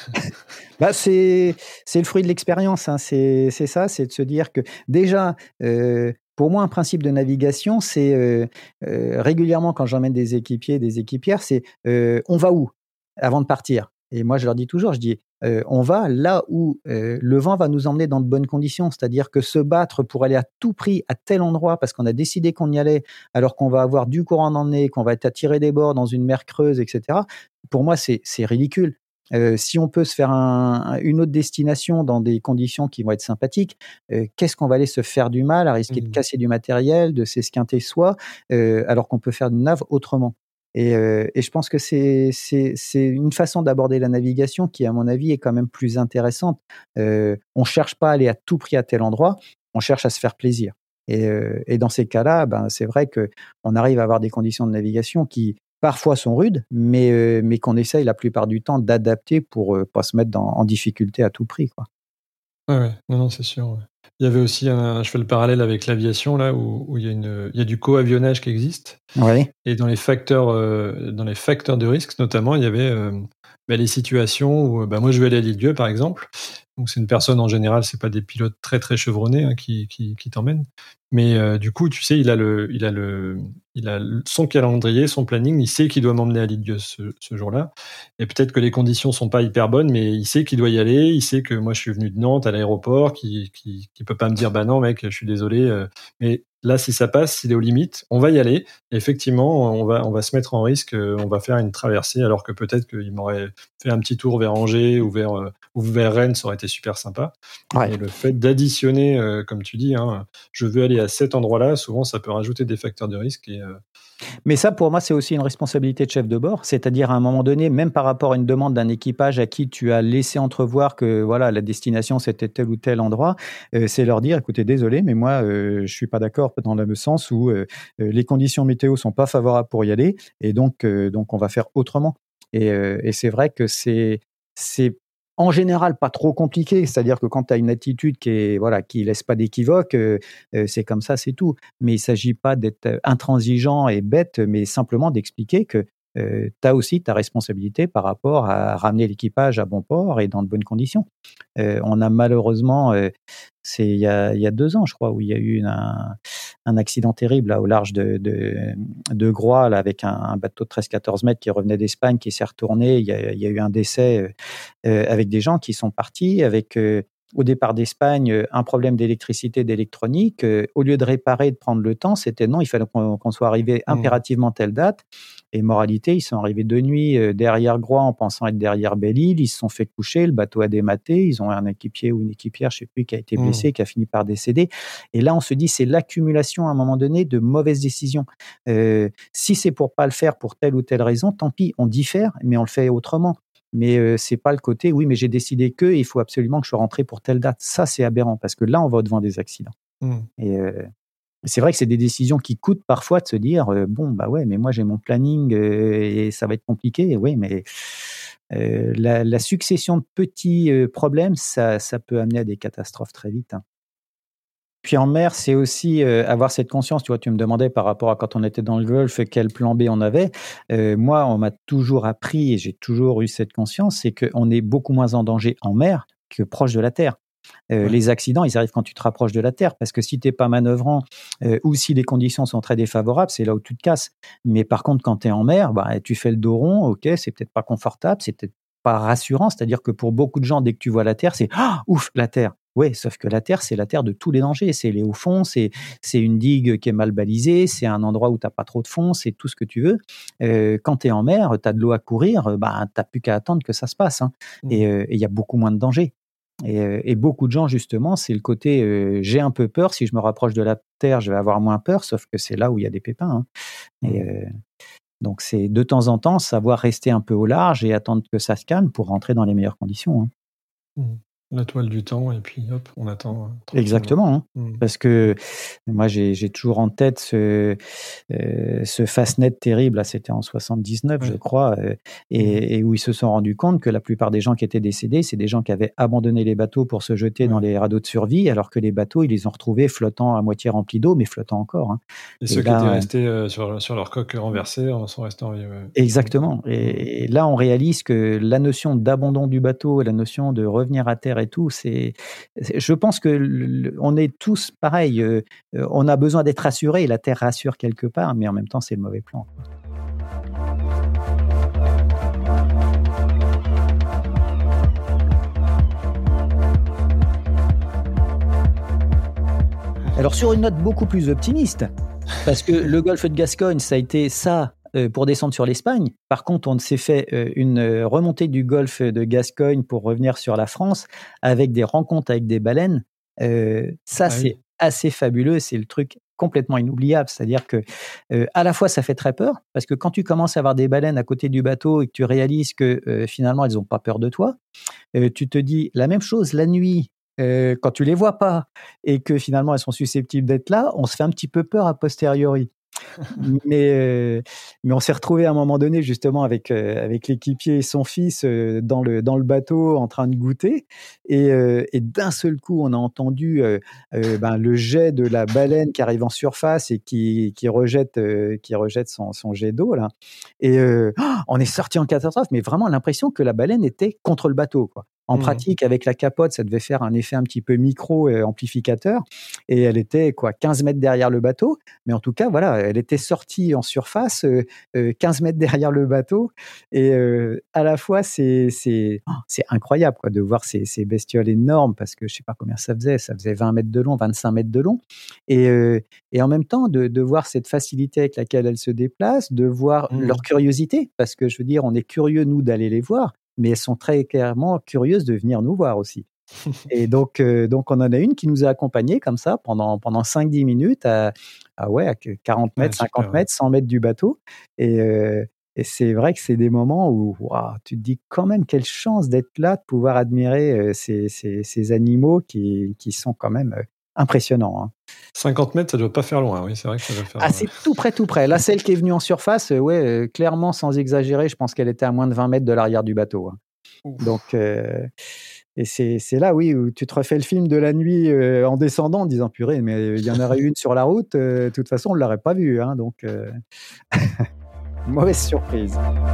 Bah, c'est c'est le fruit de l'expérience, hein. C'est c'est ça, c'est de se dire que déjà, heu, pour moi, un principe de navigation, c'est, heu heu, régulièrement quand j'emmène des équipiers, des équipières, c'est, heu: «On va où?» avant de partir. Et moi, je leur dis toujours, je dis: «Heu, on va là où, heu, le vent va nous emmener dans de bonnes conditions». C'est-à-dire que se battre pour aller à tout prix à tel endroit parce qu'on a décidé qu'on y allait, alors qu'on va avoir du courant d'emmener, qu'on va être attiré des bords dans une mer creuse et cetera, pour moi, c'est c'est ridicule. Heu, si on peut se faire un une autre destination dans des conditions qui vont être sympathiques, heu, qu'est-ce qu'on va aller se faire du mal à risquer de Mmh. casser du matériel, de s'esquinter soi, heu, alors qu'on peut faire une nave autrement? Et heu et je pense que c'est c'est c'est une façon d'aborder la navigation qui, à mon avis, est quand même plus intéressante. Heu, on cherche pas à aller à tout prix à tel endroit, on cherche à se faire plaisir. Et heu et dans ces cas-là, ben, c'est vrai qu'on arrive à avoir des conditions de navigation qui parfois sont rudes, mais, euh, mais qu'on essaye la plupart du temps d'adapter pour ne pas se mettre dans- en difficulté à tout prix, quoi. Ouais, ouais. Non, non, c'est sûr. Ouais. Il y avait aussi un, je fais le parallèle avec l'aviation là, où, où il y a une, il y a du coavionnage qui existe. Oui, Et dans les facteurs, euh, dans les facteurs de risque, notamment, il y avait euh, bah, les situations où, bah, moi, je vais aller à l'île-Dieu, par exemple. Donc, c'est une personne en général, c'est pas des pilotes très très chevronnés hein, qui, qui, qui t'emmènent. Mais euh, du coup, tu sais, il a le, il a le, il a le- son calendrier, son planning. Il sait qu'il doit m'emmener à l'île-Dieu ce, ce jour-là. Et peut-être que les conditions sont pas hyper bonnes, mais il sait qu'il doit y aller. Il sait que moi, je suis venu de Nantes à l'aéroport, qui, qui, qui peut pas me dire, bah non, mec, je suis désolé. euh, mais là, si ça passe, s'il est aux limites, on va y aller. Et effectivement, on va, on va se mettre en risque. euh, On va faire une traversée, alors que peut-être qu'il m'aurait fait un petit tour vers Angers ou vers, euh, ou vers Rennes, ça aurait été super sympa. ouais. Et le fait d'additionner, euh, comme tu dis, hein, je veux aller à cet endroit-là, souvent ça peut rajouter des facteurs de risque. Et, euh, Mais ça, pour moi, c'est aussi une responsabilité de chef de bord. C'est-à-dire, à un moment donné, même par rapport à une demande d'un équipage à qui tu as laissé entrevoir que voilà, la destination, c'était tel ou tel endroit, euh, c'est leur dire, écoutez, désolé, mais moi, euh, je suis pas d'accord dans le sens où euh, euh, les conditions météo sont pas favorables pour y aller, et donc, euh, donc on va faire autrement. Et, euh, et c'est vrai que c'est, c'est en général pas trop compliqué. C'est-à-dire que quand tu as une attitude qui est, voilà, qui laisse pas d'équivoque, euh, euh, c'est comme ça, c'est tout. Mais il ne s'agit pas d'être intransigeant et bête, mais simplement d'expliquer que euh, tu as aussi ta responsabilité par rapport à ramener l'équipage à bon port et dans de bonnes conditions. Euh, on a malheureusement, euh, c'est il y a, il y a deux ans, je crois, où il y a eu un, un accident terrible là, au large de, de, de Groix, là, avec un, un bateau de treize quatorze mètres qui revenait d'Espagne, qui s'est retourné. Il y a, il y a eu un décès euh, avec des gens qui sont partis avec euh, au départ d'Espagne, un problème d'électricité, d'électronique. Euh, au lieu de réparer, de prendre le temps, c'était non, il fallait qu'on, qu'on soit arrivé hmm. impérativement telle date. Et moralité, ils sont arrivés de nuit euh, derrière Groix en pensant être derrière Belle-Île. Ils se sont fait coucher, le bateau a dématé. Ils ont un équipier ou une équipière, je ne sais plus, qui a été blessé, Hmm. qui a fini par décéder. Et là, on se dit, c'est l'accumulation à un moment donné de mauvaises décisions. Euh, si c'est pour pas le faire pour telle ou telle raison, tant pis, on diffère, mais on le fait autrement. Mais euh, c'est pas le côté, oui, mais j'ai décidé que il faut absolument que je sois rentré pour telle date. Ça, c'est aberrant parce que là, on va devant des accidents. Mmh. Et euh, c'est vrai que c'est des décisions qui coûtent parfois de se dire, euh, bon, bah ouais, mais moi j'ai mon planning euh, et ça va être compliqué. Oui, mais euh, la, la succession de petits euh, problèmes, ça, ça peut amener à des catastrophes très vite. Hein. Puis en mer, c'est aussi euh, avoir cette conscience. Tu vois, tu me demandais par rapport à quand on était dans le Golfe, quel plan B on avait. Euh, moi, on m'a toujours appris et j'ai toujours eu cette conscience, c'est qu'on est beaucoup moins en danger en mer que proche de la terre. Euh, ouais. Les accidents, ils arrivent quand tu te rapproches de la terre, parce que si tu n'es pas manœuvrant euh, ou si les conditions sont très défavorables, c'est là où tu te casses. Mais par contre, quand tu es en mer, bah, tu fais le dos rond, ok, c'est peut-être pas confortable, c'est peut-être pas rassurant, c'est-à-dire que pour beaucoup de gens, dès que tu vois la terre, c'est ah, ouf, la terre. Oui, sauf que la terre, c'est la terre de tous les dangers. C'est les hauts fonds, c'est, c'est une digue qui est mal balisée, c'est un endroit où tu n'as pas trop de fond, c'est tout ce que tu veux. Euh, quand tu es en mer, tu as de l'eau à courir, bah, tu n'as plus qu'à attendre que ça se passe. Hein. Mmh. Et il euh, y a beaucoup moins de dangers. Et, euh, et beaucoup de gens, justement, c'est le côté euh, j'ai un peu peur, si je me rapproche de la terre, je vais avoir moins peur, sauf que c'est là où il y a des pépins. Hein. Mmh. Et, euh, donc, c'est de temps en temps savoir rester un peu au large et attendre que ça se calme pour rentrer dans les meilleures conditions. Hein. Mmh. La toile du temps, et puis hop, on attend. Exactement, hein. Mmh. Parce que moi, j'ai, j'ai toujours en tête ce, euh, ce Fastnet terrible, là, c'était en soixante-dix-neuf, ouais. je crois, euh, et, mmh. et où ils se sont rendus compte que la plupart des gens qui étaient décédés, c'est des gens qui avaient abandonné les bateaux pour se jeter ouais. dans les radeaux de survie, alors que les bateaux, ils les ont retrouvés flottant à moitié remplis d'eau, mais flottant encore. Hein. Et, et ceux là, qui étaient restés euh, sur, sur leur coque renversée sont restés en vie. Ouais. Exactement. Et, et là, on réalise que la notion d'abandon du bateau, la notion de revenir à terre et tout, c'est, c'est je pense que le, on est tous pareil. Euh, on a besoin d'être rassurés. La terre rassure quelque part, mais en même temps, c'est le mauvais plan. Alors, sur une note beaucoup plus optimiste, parce que le golfe de Gascogne, ça a été ça euh, pour descendre sur l'Espagne. Par contre, on s'est fait euh, une remontée du golfe de Gascogne pour revenir sur la France avec des rencontres avec des baleines. Euh, ça, ah, c'est oui. assez fabuleux. C'est le truc complètement inoubliable. C'est-à-dire que euh, à la fois, ça fait très peur, parce que quand tu commences à avoir des baleines à côté du bateau et que tu réalises que euh, finalement, elles n'ont pas peur de toi, euh, tu te dis la même chose la nuit. Euh, quand tu les vois pas et que finalement elles sont susceptibles d'être là, on se fait un petit peu peur a posteriori. mais, euh, mais on s'est retrouvé à un moment donné justement avec, euh, avec l'équipier et son fils euh, dans, le, dans le bateau en train de goûter et, euh, et d'un seul coup on a entendu euh, euh, ben, le jet de la baleine qui arrive en surface et qui, qui rejette, euh, qui rejette son, son jet d'eau là. Et euh, on est sorti en catastrophe, mais vraiment l'impression que la baleine était contre le bateau, quoi. En mmh. pratique, avec la capote, ça devait faire un effet un petit peu micro-amplificateur. Et elle était quoi, quinze mètres derrière le bateau. Mais en tout cas, voilà, elle était sortie en surface, euh, euh, quinze mètres derrière le bateau. Et euh, à la fois, c'est, c'est, oh, c'est incroyable quoi, de voir ces, ces bestioles énormes, parce que je ne sais pas combien ça faisait. Ça faisait vingt mètres de long, vingt-cinq mètres de long. Et, euh, et en même temps, de, de voir cette facilité avec laquelle elles se déplacent, de voir mmh. leur curiosité. Parce que je veux dire, on est curieux, nous, d'aller les voir. Mais elles sont très clairement curieuses de venir nous voir aussi. Et donc, euh, donc, on en a une qui nous a accompagnés comme ça pendant, pendant cinq dix minutes à, à, ouais, à quarante mètres, ouais, cinquante mètres, cent mètres du bateau. Et, euh, et c'est vrai que c'est des moments où wow, tu te dis quand même quelle chance d'être là, de pouvoir admirer euh, ces, ces, ces animaux qui, qui sont quand même euh, impressionnants. Hein. cinquante mètres, ça ne doit pas faire loin, oui, c'est vrai que ça doit faire. Ah, c'est tout près, tout près. Là, celle qui est venue en surface, euh, ouais, euh, clairement, sans exagérer, je pense qu'elle était à moins de vingt mètres de l'arrière du bateau. Hein. Donc, euh, et c'est, c'est là, oui, où tu te refais le film de la nuit euh, en descendant en disant purée, mais il y en aurait une sur la route, euh, de toute façon, on ne l'aurait pas vue. Hein, donc, euh... mauvaise surprise.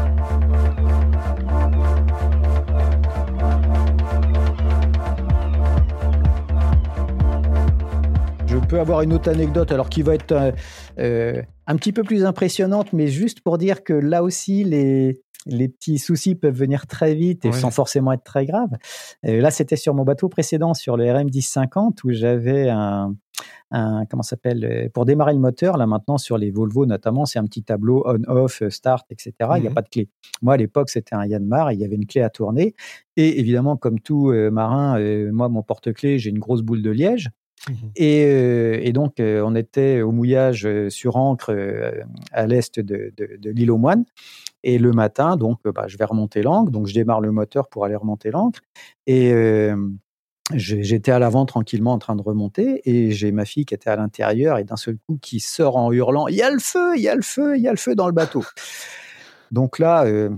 Je peux avoir une autre anecdote, alors qui va être euh, euh, un petit peu plus impressionnante, mais juste pour dire que là aussi, les, les petits soucis peuvent venir très vite et ouais. sans forcément être très graves. Euh, là, c'était sur mon bateau précédent, sur le R M dix cinquante, où j'avais un, un comment ça s'appelle, pour démarrer le moteur. Là, maintenant, sur les Volvo notamment, c'est un petit tableau on-off, start, et cetera. Mm-hmm. Il n'y a pas de clé. Moi, à l'époque, c'était un Yanmar, il y avait une clé à tourner. Et évidemment, comme tout euh, marin, euh, moi, mon porte-clés, j'ai une grosse boule de liège. Mmh. Et, euh, et donc, euh, on était au mouillage euh, sur ancre euh, à l'est de, de, de l'île aux Moines. Et le matin, donc, euh, bah, je vais remonter l'ancre. Donc, je démarre le moteur pour aller remonter l'ancre. Et euh, j'étais à l'avant tranquillement en train de remonter. Et j'ai ma fille qui était à l'intérieur et d'un seul coup qui sort en hurlant « Il y a le feu, il y a le feu, il y a le feu dans le bateau !» Donc là, euh,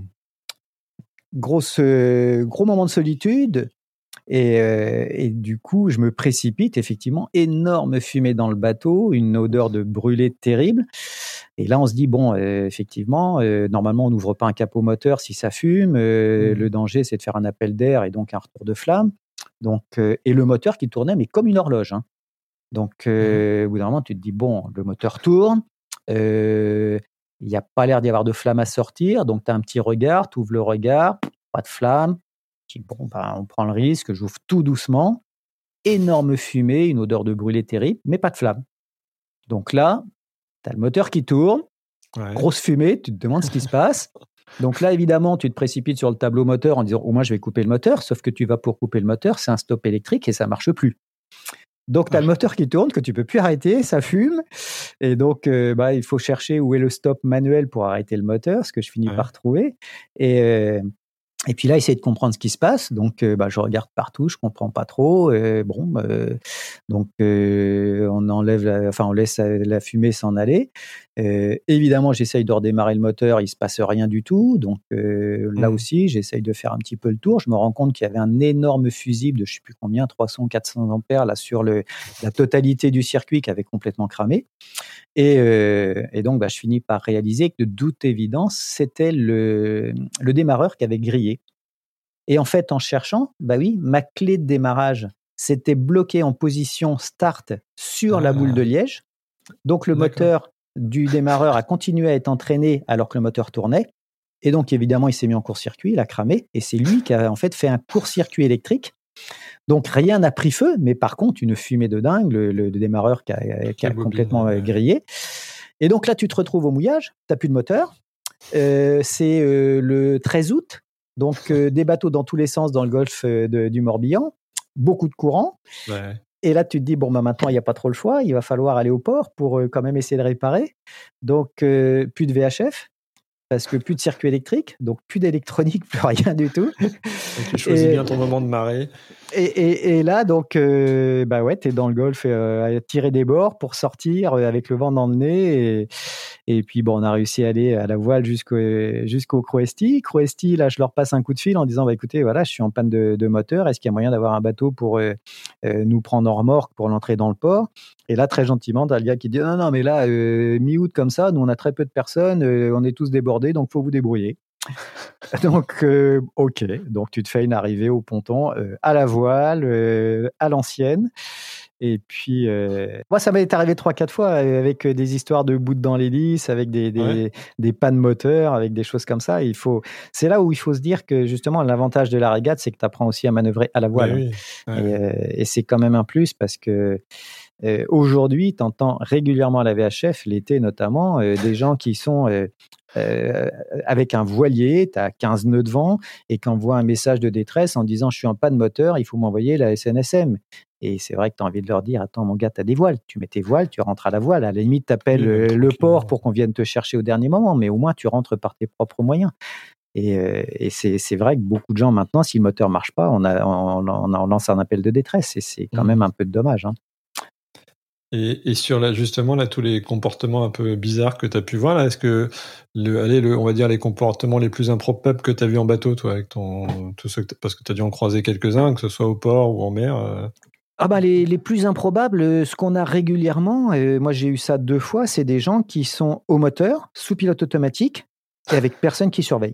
grosse, euh, gros moment de solitude. Et, euh, et du coup, je me précipite, effectivement, énorme fumée dans le bateau, une odeur de brûlé terrible. Et là, on se dit, bon, euh, effectivement, euh, normalement, on n'ouvre pas un capot moteur si ça fume. Euh, mmh. Le danger, c'est de faire un appel d'air et donc un retour de flamme. Donc, euh, et le moteur qui tournait, mais comme une horloge. Hein. Donc, euh, mmh. au bout d'un moment, tu te dis, bon, le moteur tourne. Euh, il n'y a pas l'air d'y avoir de flamme à sortir. Donc, tu as un petit regard, tu ouvres le regard, pas de flamme. Bon, ben, on prend le risque, j'ouvre tout doucement, énorme fumée, une odeur de brûlé terrible, mais pas de flamme. Donc là, tu as le moteur qui tourne, ouais. Grosse fumée, tu te demandes ce qui se passe. Donc là, évidemment, tu te précipites sur le tableau moteur en disant « au moins, je vais couper le moteur », sauf que tu vas pour couper le moteur, c'est un stop électrique et ça ne marche plus. Donc, tu as ah. le moteur qui tourne, que tu ne peux plus arrêter, ça fume. Et donc, euh, bah, il faut chercher où est le stop manuel pour arrêter le moteur, ce que je finis ouais. par trouver. Et... Euh, Et puis là, essayer de comprendre ce qui se passe. Donc, euh, bah, je regarde partout, je comprends pas trop. Euh, bon, euh, donc euh, on enlève, la, enfin, on laisse la fumée s'en aller. Euh, évidemment, j'essaye de redémarrer le moteur, il se passe rien du tout. Donc euh, là mmh. aussi, j'essaye de faire un petit peu le tour. Je me rends compte qu'il y avait un énorme fusible de je sais plus combien, trois cents, quatre cents ampères là sur le la totalité du circuit qui avait complètement cramé. Et, euh, et donc, bah, je finis par réaliser que de toute évidence, c'était le, le démarreur qui avait grillé. Et en fait, en cherchant, bah oui, ma clé de démarrage s'était bloquée en position start sur ah. la boule de liège. Donc, le D'accord. moteur du démarreur a continué à être entraîné alors que le moteur tournait. Et donc, évidemment, il s'est mis en court-circuit, il a cramé. Et c'est lui qui a en fait fait un court-circuit électrique. Donc, rien n'a pris feu, mais par contre, une fumée de dingue, le, le démarreur qui a, qui a complètement ouais. grillé. Et donc là, tu te retrouves au mouillage, tu n'as plus de moteur. Euh, c'est euh, le treize août, donc euh, des bateaux dans tous les sens dans le golfe de, du Morbihan, beaucoup de courant. Ouais. Et là, tu te dis, bon, bah, maintenant, il n'y a pas trop le choix, il va falloir aller au port pour euh, quand même essayer de réparer. Donc, euh, plus de V H F. Parce que plus de circuit électrique, donc plus d'électronique, plus rien du tout. Donc tu choisis et, bien ton moment de marée. Et, et, et là, donc, euh, bah ouais, t'es dans le golfe euh, à tirer des bords pour sortir euh, avec le vent dans le nez. Et, et puis, bon, on a réussi à aller à la voile jusqu'au, jusqu'au Cruesti. Cruesti, là, je leur passe un coup de fil en disant, bah écoutez, voilà, je suis en panne de, de moteur. Est-ce qu'il y a moyen d'avoir un bateau pour euh, euh, nous prendre en remorque pour l'entrée dans le port? Et là, très gentiment, t'as le gars qui dit, non, non, mais là, euh, mi-août comme ça, nous, on a très peu de personnes, euh, on est tous débordés, donc faut vous débrouiller. Donc, euh, ok. Donc, tu te fais une arrivée au ponton euh, à la voile, euh, à l'ancienne. Et puis, euh, moi, ça m'est arrivé trois, quatre fois avec des histoires de bouts dans l'hélice, avec des, des, ouais. des pannes moteurs, avec des choses comme ça. Il faut, c'est là où il faut se dire que justement, l'avantage de la régate, c'est que tu apprends aussi à manœuvrer à la voile. Oui, oui. Ouais. Et, euh, et c'est quand même un plus parce que euh, aujourd'hui, tu entends régulièrement à la V H F, l'été notamment, euh, des gens qui sont euh, euh, avec un voilier, tu as quinze nœuds de vent, et qui envoient un message de détresse en disant « je suis en panne moteur, il faut m'envoyer la S N S M ». Et c'est vrai que tu as envie de leur dire « attends mon gars, tu as des voiles, tu mets tes voiles, tu rentres à la voile, à la limite tu appelles oui, le port pour qu'on vienne te chercher au dernier moment, mais au moins tu rentres par tes propres moyens ». Et, euh, et c'est, c'est vrai que beaucoup de gens maintenant, si le moteur ne marche pas, on, a, on, on, on lance un appel de détresse, et c'est quand mmh. même un peu de dommage, hein. Et, et sur la, justement là tous les comportements un peu bizarres que tu as pu voir là, est-ce que le, allez, le, on va dire les comportements les plus improbables que tu as vu en bateau, toi, avec ton tout ce que parce que tu as dû en croiser quelques-uns, que ce soit au port ou en mer. Euh... Ah bah les, les plus improbables, ce qu'on a régulièrement, et moi j'ai eu ça deux fois, c'est des gens qui sont au moteur, sous pilote automatique, et avec personne qui surveille.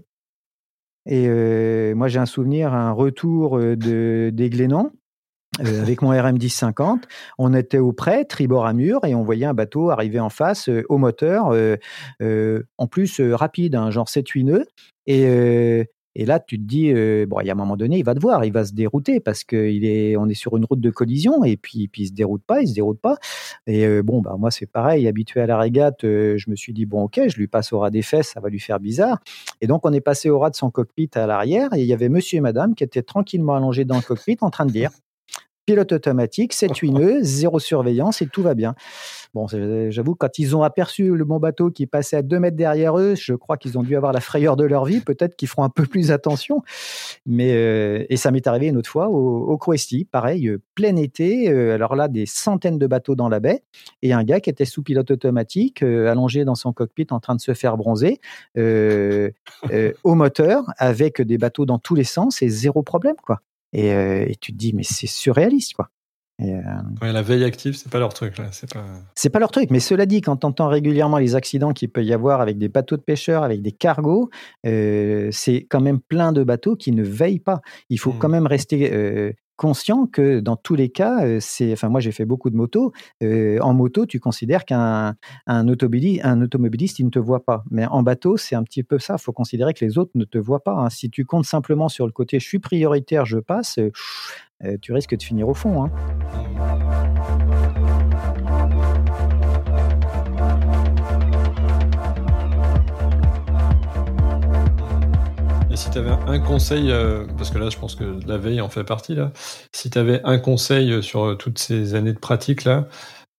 Et euh, moi j'ai un souvenir, un retour de des Glénans. Euh, avec mon R M dix cinquante, on était au près, tribord à mur, et on voyait un bateau arriver en face euh, au moteur, euh, euh, en plus euh, rapide, hein, genre sept huit nœuds. Et, euh, et là, tu te dis, euh, bon, il y a un moment donné, il va te voir, il va se dérouter parce qu'on est, on est sur une route de collision, et puis, puis il se déroute pas, il se déroute pas. Et euh, bon, bah, moi, c'est pareil, habitué à la régate, euh, je me suis dit, bon, ok, je lui passe au ras des fesses, ça va lui faire bizarre. Et donc, on est passé au ras de son cockpit à l'arrière, et il y avait monsieur et madame qui étaient tranquillement allongés dans le cockpit en train de lire. pilote automatique, sept huit nœuds, zéro surveillance et tout va bien. Bon, j'avoue, quand ils ont aperçu le bon bateau qui passait à deux mètres derrière eux, je crois qu'ils ont dû avoir la frayeur de leur vie. Peut-être qu'ils feront un peu plus attention. Mais, euh, et ça m'est arrivé une autre fois au, au Cruesti, pareil, euh, plein été. Euh, alors là, des centaines de bateaux dans la baie. Et un gars qui était sous pilote automatique, euh, allongé dans son cockpit en train de se faire bronzer, euh, euh, au moteur, avec des bateaux dans tous les sens et zéro problème, quoi. Et, euh, et tu te dis, mais c'est surréaliste, quoi. Et euh... ouais, la veille active, c'est pas leur truc, là. C'est pas... c'est pas leur truc. Mais cela dit, quand tu entends régulièrement les accidents qu'il peut y avoir avec des bateaux de pêcheurs, avec des cargos, euh, c'est quand même plein de bateaux qui ne veillent pas. Il faut mmh. quand même rester euh, conscient que dans tous les cas, euh, c'est. Enfin, moi, j'ai fait beaucoup de motos. Euh, en moto, tu considères qu'un un automobiliste, un automobiliste, il ne te voit pas. Mais en bateau, c'est un petit peu ça. Il faut considérer que les autres ne te voient pas. Hein. Si tu comptes simplement sur le côté « je suis prioritaire, je passe euh, », Euh, tu risques de finir au fond. Hein. Et si tu avais un conseil, euh, parce que là je pense que la veille en fait partie, là, si tu avais un conseil sur toutes ces années de pratique, là,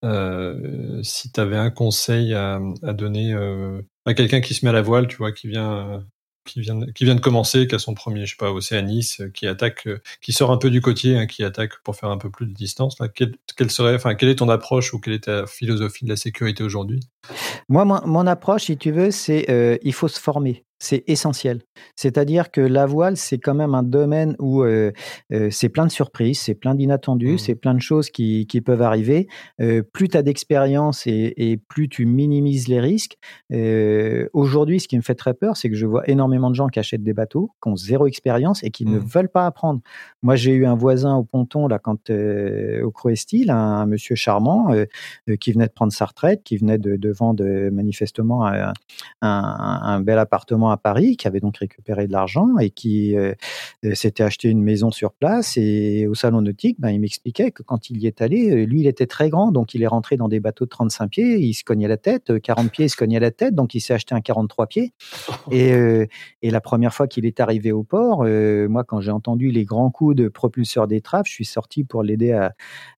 euh, si tu avais un conseil à, à donner euh, à quelqu'un qui se met à la voile, tu vois, qui vient... Euh, Qui vient, qui vient de commencer, qui a son premier, je sais pas, Océanis, qui attaque, qui sort un peu du côtier, hein, qui attaque pour faire un peu plus de distance. Là. Quelle, quelle serait, enfin, quelle est ton approche ou quelle est ta philosophie de la sécurité aujourd'hui ? Moi, mon, mon approche, si tu veux, c'est euh, il faut se former. C'est essentiel. C'est-à-dire que la voile, c'est quand même un domaine où euh, euh, c'est plein de surprises, c'est plein d'inattendus, mmh. c'est plein de choses qui, qui peuvent arriver. Euh, plus tu as d'expérience et, et plus tu minimises les risques. Euh, aujourd'hui, ce qui me fait très peur, c'est que je vois énormément de gens qui achètent des bateaux, qui ont zéro expérience et qui mmh. ne veulent pas apprendre. Moi, j'ai eu un voisin au ponton, là, quand euh, au Cruesti, un, un monsieur charmant euh, euh, qui venait de prendre sa retraite, qui venait de, de vendre euh, manifestement un, un, un bel appartement à Paris, qui avait donc récupéré de l'argent et qui euh, s'était acheté une maison sur place. Et au salon nautique, ben, il m'expliquait que quand il y est allé, lui, il était très grand, donc il est rentré dans des bateaux de trente-cinq pieds, il se cognait la tête, quarante pieds, il se cognait la tête, donc il s'est acheté un quarante-trois pieds. Et, euh, et la première fois qu'il est arrivé au port, euh, moi, quand j'ai entendu les grands coups de propulseur d'étrave, je suis sorti pour l'aider à,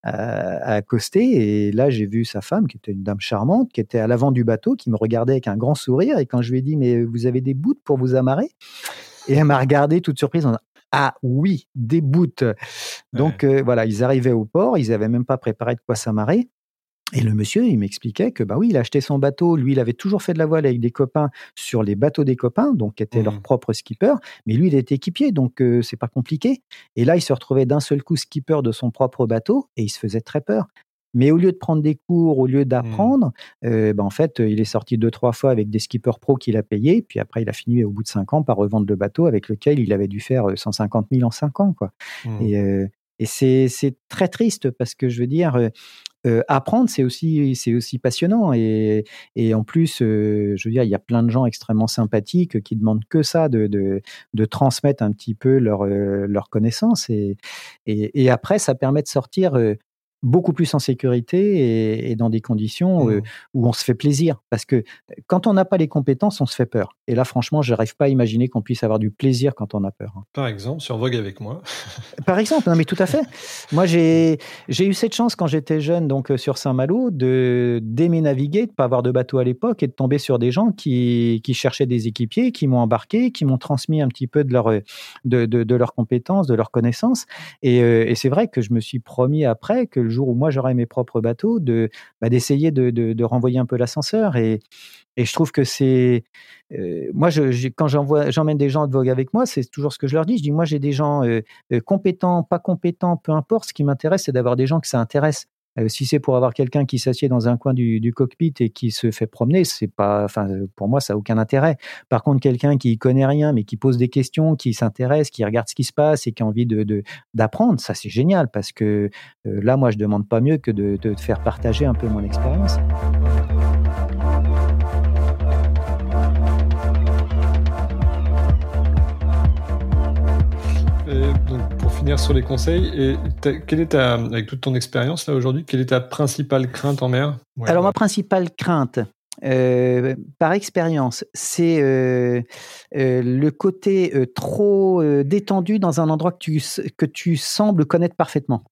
à, à accoster. Et là, j'ai vu sa femme, qui était une dame charmante, qui était à l'avant du bateau, qui me regardait avec un grand sourire. Et quand je lui ai dit, mais vous avez des bouts pour vous amarrer? Et elle m'a regardé toute surprise en disant, ah oui, des bouts. Donc ouais. euh, voilà, ils arrivaient au port, ils n'avaient même pas préparé de quoi s'amarrer. Et le monsieur, il m'expliquait que bah oui, il a acheté son bateau. Lui, il avait toujours fait de la voile avec des copains sur les bateaux des copains, donc qui étaient mmh. leurs propres skippers. Mais lui, il était équipier, donc euh, c'est pas compliqué. Et là, il se retrouvait d'un seul coup skipper de son propre bateau et il se faisait très peur. Mais au lieu de prendre des cours, au lieu d'apprendre, mmh. euh, bah en fait, il est sorti deux, trois fois avec des skippers pro qu'il a payés. Puis après, il a fini au bout de cinq ans par revendre le bateau avec lequel il avait dû faire cent cinquante mille en cinq ans, quoi. Mmh. Et, euh, et c'est, c'est très triste parce que je veux dire, euh, euh, apprendre, c'est aussi, c'est aussi passionnant. Et, et en plus, euh, je veux dire, il y a plein de gens extrêmement sympathiques qui demandent que ça, de, de, de transmettre un petit peu leur, euh, leur connaissance. Et, et, et après, ça permet de sortir euh, beaucoup plus en sécurité et, et dans des conditions mmh. euh, où on se fait plaisir. Parce que quand on n'a pas les compétences, on se fait peur. Et là, franchement, je n'arrive pas à imaginer qu'on puisse avoir du plaisir quand on a peur. Par exemple, sur Vogue avec moi. Par exemple, non mais tout à fait. Moi, j'ai, j'ai eu cette chance quand j'étais jeune, donc sur Saint-Malo, de, d'aimer naviguer, de ne pas avoir de bateau à l'époque et de tomber sur des gens qui, qui cherchaient des équipiers, qui m'ont embarqué, qui m'ont transmis un petit peu de, leur, de, de, de leurs compétences, de leurs connaissances. Et, euh, et c'est vrai que je me suis promis après que le jour où moi j'aurai mes propres bateaux, de, bah, d'essayer de, de, de renvoyer un peu l'ascenseur. Et, et je trouve que c'est... Euh, moi, je, je, quand j'envoie, j'emmène des gens de Vogue avec moi, c'est toujours ce que je leur dis. Je dis, moi, j'ai des gens euh, euh, compétents, pas compétents, peu importe. Ce qui m'intéresse, c'est d'avoir des gens que ça intéresse. Euh, si c'est pour avoir quelqu'un qui s'assied dans un coin du, du cockpit et qui se fait promener, c'est pas, enfin, pour moi, ça n'a aucun intérêt. Par contre, quelqu'un qui connaît rien, mais qui pose des questions, qui s'intéresse, qui regarde ce qui se passe et qui a envie de, de, d'apprendre, ça, c'est génial parce que euh, là, moi, je demande pas mieux que de, de te faire partager un peu mon expérience. Et donc, pour finir sur les conseils, et quelle est ta, avec toute ton expérience là aujourd'hui, quelle est ta principale crainte en mer ? Ouais, Alors, ouais. ma principale crainte, euh, par expérience, c'est euh, euh, le côté euh, trop euh, détendu dans un endroit que tu, que tu sembles connaître parfaitement.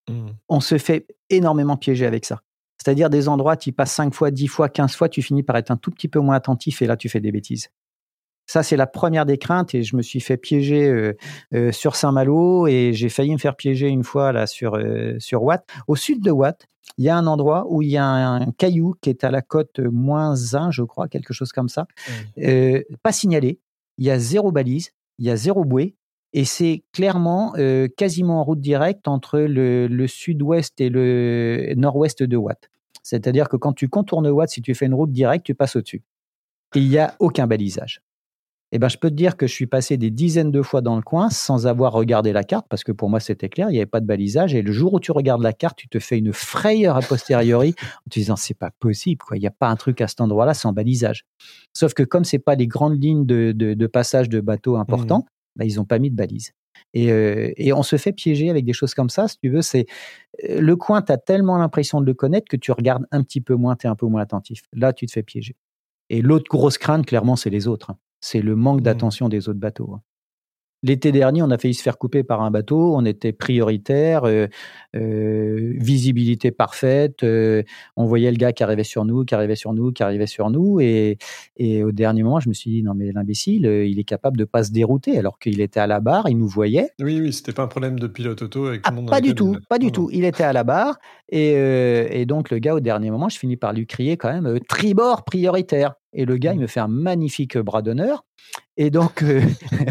Mmh. On se fait énormément piéger avec ça. C'est-à-dire des endroits, tu y passes cinq fois, dix fois, quinze fois, tu finis par être un tout petit peu moins attentif et là, tu fais des bêtises. Ça, c'est la première des craintes et je me suis fait piéger euh, euh, sur Saint-Malo et j'ai failli me faire piéger une fois là sur, euh, sur Watt. Au sud de Watt, il y a un endroit où il y a un, un caillou qui est à la cote moins un, je crois, quelque chose comme ça. Oui. Euh, pas signalé, il y a zéro balise, il y a zéro bouée et c'est clairement euh, quasiment en route directe entre le, le sud-ouest et le nord-ouest de Watt. C'est-à-dire que quand tu contournes Watt, si tu fais une route directe, tu passes au-dessus. Et il n'y a aucun balisage. Eh ben, je peux te dire que je suis passé des dizaines de fois dans le coin sans avoir regardé la carte, parce que pour moi, c'était clair, il n'y avait pas de balisage. Et le jour où tu regardes la carte, tu te fais une frayeur a posteriori en te disant, c'est pas possible, quoi. Il n'y a pas un truc à cet endroit-là sans balisage. Sauf que comme c'est pas les grandes lignes de, de, de passage de bateaux importants, mmh. ben, ils n'ont pas mis de balise. Et, euh, et on se fait piéger avec des choses comme ça, si tu veux. C'est, le coin, tu as tellement l'impression de le connaître que tu regardes un petit peu moins, tu es un peu moins attentif. Là, tu te fais piéger. Et l'autre grosse crainte, clairement, c'est les autres. C'est le manque d'attention mmh. des autres bateaux. L'été dernier, on a failli se faire couper par un bateau. On était prioritaire, euh, euh, visibilité parfaite. Euh, on voyait le gars qui arrivait sur nous, qui arrivait sur nous, qui arrivait sur nous. Et, et au dernier moment, je me suis dit, non mais l'imbécile, il est capable de ne pas se dérouter alors qu'il était à la barre, il nous voyait. Oui, oui, c'était pas un problème de pilote auto avec ah, tout le monde Pas dans du tout, cabine. pas du non, tout. Non. Il était à la barre. Et, euh, et donc, le gars, au dernier moment, je finis par lui crier quand même, euh, tribord prioritaire. Et le gars, mmh. il me fait un magnifique bras d'honneur. Et donc, euh,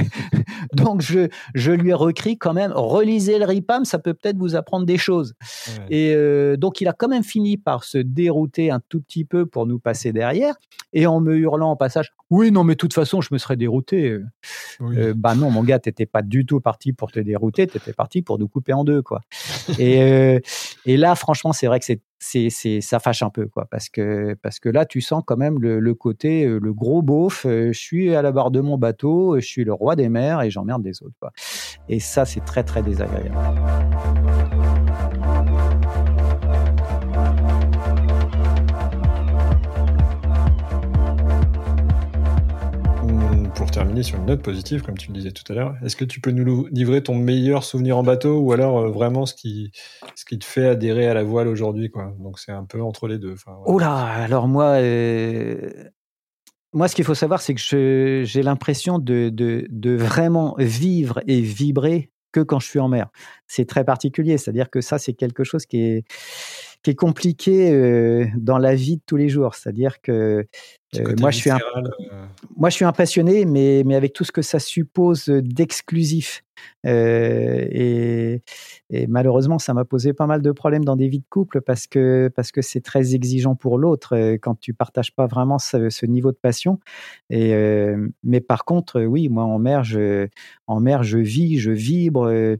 donc je, je lui ai recrit quand même, relisez le RIPAM, ça peut peut-être vous apprendre des choses. Ouais. Et euh, donc, il a quand même fini par se dérouter un tout petit peu pour nous passer derrière. Et en me hurlant en passage, oui, non, mais de toute façon, je me serais dérouté. Oui. Euh, bah non, mon gars, t'étais pas du tout parti pour te dérouter, t'étais parti pour nous couper en deux, quoi. et, euh, et là, franchement, c'est vrai que c'est C'est, c'est, ça fâche un peu, quoi, parce que, parce que là, tu sens quand même le, le côté, le gros beauf, euh, je suis à la barre de mon bateau, je suis le roi des mers et j'emmerde les autres, quoi. Et ça, c'est très, très désagréable. Pour terminer sur une note positive, comme tu le disais tout à l'heure, est-ce que tu peux nous livrer ton meilleur souvenir en bateau ou alors euh, vraiment ce qui, ce qui te fait adhérer à la voile aujourd'hui, quoi. Donc c'est un peu entre les deux. Enfin, voilà. Oh là, alors moi, euh, moi, ce qu'il faut savoir, c'est que je, j'ai l'impression de, de, de vraiment vivre et vibrer que quand je suis en mer. C'est très particulier, c'est-à-dire que ça, c'est quelque chose qui est, qui est compliqué euh, dans la vie de tous les jours. C'est-à-dire que euh, moi, je suis un, euh... moi, je suis un passionné, mais, mais avec tout ce que ça suppose d'exclusif. Euh, et, et malheureusement, ça m'a posé pas mal de problèmes dans des vies de couple parce que, parce que c'est très exigeant pour l'autre euh, quand tu partages pas vraiment ce, ce niveau de passion. Et, euh, mais par contre, oui, moi, en mer, je, en mer, je vis, je vibre. Euh,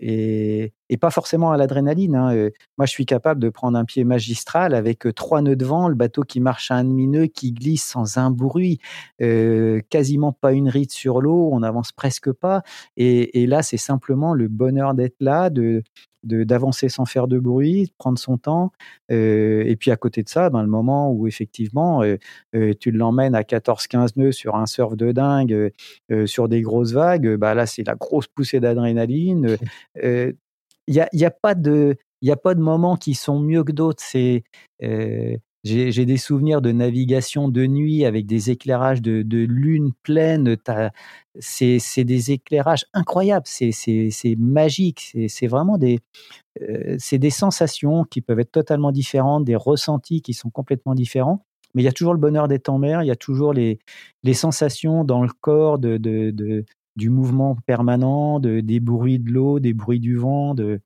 Et, et pas forcément à l'adrénaline. Hein. Euh, moi, je suis capable de prendre un pied magistral avec euh, trois nœuds de vent, le bateau qui marche à un demi-nœud, qui glisse sans un bruit, euh, quasiment pas une ride sur l'eau, on n'avance presque pas. Et, et là, c'est simplement le bonheur d'être là, de, de, d'avancer sans faire de bruit, de prendre son temps. Euh, et puis à côté de ça, ben, le moment où effectivement, euh, euh, tu l'emmènes à quatorze quinze nœuds sur un surf de dingue, euh, euh, sur des grosses vagues, bah, là, c'est la grosse poussée d'adrénaline. Il euh, n'y a, y a pas de, y a pas de moments qui sont mieux que d'autres. C'est, euh, j'ai, j'ai des souvenirs de navigation de nuit avec des éclairages de, de lune pleine. C'est, c'est des éclairages incroyables. C'est, c'est, c'est magique. C'est, c'est vraiment des, euh, c'est des sensations qui peuvent être totalement différentes, des ressentis qui sont complètement différents. Mais il y a toujours le bonheur d'être en mer. Il y a toujours les, les sensations dans le corps de, de, de du mouvement permanent, de, des bruits de l'eau, des bruits du vent. De...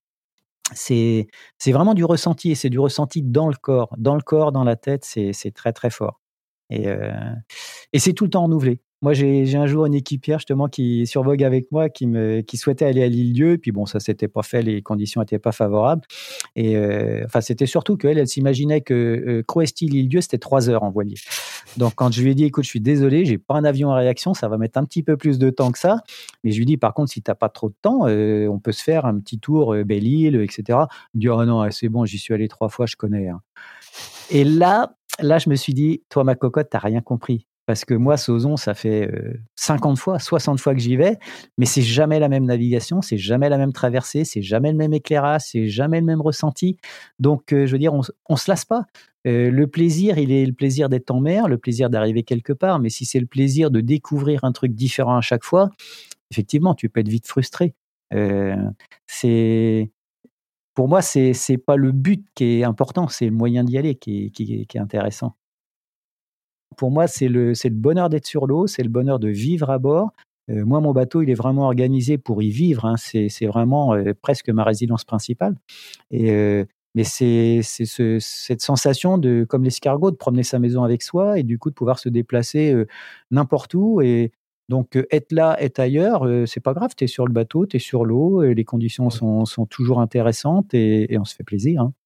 C'est, c'est vraiment du ressenti, et c'est du ressenti dans le corps. Dans le corps, dans la tête, c'est, c'est très, très fort. Et, euh, et c'est tout le temps renouvelé. Moi, j'ai, j'ai un jour une équipière justement qui survogue avec moi, qui, me, qui souhaitait aller à l'île-Dieu. Et puis bon, ça s'était pas fait, les conditions n'étaient pas favorables. Et euh, enfin, c'était surtout qu'elle, elle s'imaginait que euh, Croesti, l'île-Dieu, c'était trois heures en voilier. Donc, quand je lui ai dit, écoute, je suis désolé, j'ai pas un avion à réaction, ça va mettre un petit peu plus de temps que ça. Mais je lui ai dit, par contre, si t'as pas trop de temps, euh, on peut se faire un petit tour euh, Belle-Île, et cetera. Il me dit, oh non, c'est bon, j'y suis allé trois fois, je connais. Hein. Et là, là, je me suis dit, toi, ma cocotte, t'as rien compris. Parce que moi, Sauzon, ça fait euh, cinquante fois, soixante fois que j'y vais, mais c'est jamais la même navigation, c'est jamais la même traversée, c'est jamais le même éclairage, c'est jamais le même ressenti. Donc, euh, je veux dire, on, on se lasse pas. Euh, le plaisir, il est le plaisir d'être en mer, le plaisir d'arriver quelque part, mais si c'est le plaisir de découvrir un truc différent à chaque fois, effectivement, tu peux être vite frustré. Euh, c'est, pour moi, c'est c'est pas le but qui est important, c'est le moyen d'y aller qui est, qui est, qui est intéressant. Pour moi, c'est le, c'est le bonheur d'être sur l'eau, c'est le bonheur de vivre à bord. Euh, moi, mon bateau, il est vraiment organisé pour y vivre. Hein. C'est, c'est vraiment euh, presque ma résidence principale. Et, euh, mais c'est, c'est ce, cette sensation de, comme l'escargot, de promener sa maison avec soi et du coup de pouvoir se déplacer euh, n'importe où. Et donc, euh, être là, être ailleurs, euh, c'est pas grave. Tu es sur le bateau, tu es sur l'eau, et les conditions sont, sont toujours intéressantes et, et on se fait plaisir. Hein.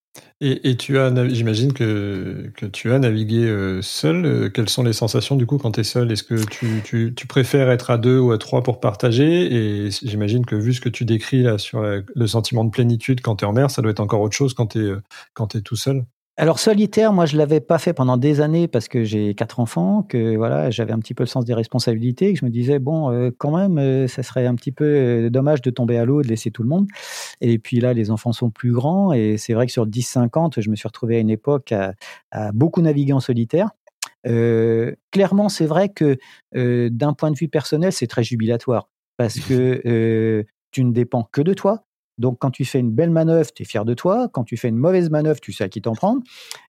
Et, et tu as, nav- j'imagine que, que tu as navigué euh, seul. Euh, Quelles sont les sensations du coup quand tu es seul? Est-ce que tu, tu, tu préfères être à deux ou à trois pour partager? Et j'imagine que vu ce que tu décris là sur la- le sentiment de plénitude quand tu es en mer, ça doit être encore autre chose quand tu es, quand tu es tout seul. Alors solitaire, moi je l'avais pas fait pendant des années parce que j'ai quatre enfants, que voilà, j'avais un petit peu le sens des responsabilités, que je me disais bon, euh, quand même, euh, ça serait un petit peu euh, dommage de tomber à l'eau, de laisser tout le monde. Et puis là, les enfants sont plus grands et c'est vrai que sur dix cinquante, je me suis retrouvé à une époque à, à beaucoup naviguer en solitaire. Euh, clairement, c'est vrai que euh, d'un point de vue personnel, c'est très jubilatoire parce que euh, tu ne dépends que de toi. Donc, quand tu fais une belle manœuvre, tu es fier de toi. Quand tu fais une mauvaise manœuvre, tu sais à qui t'en prendre.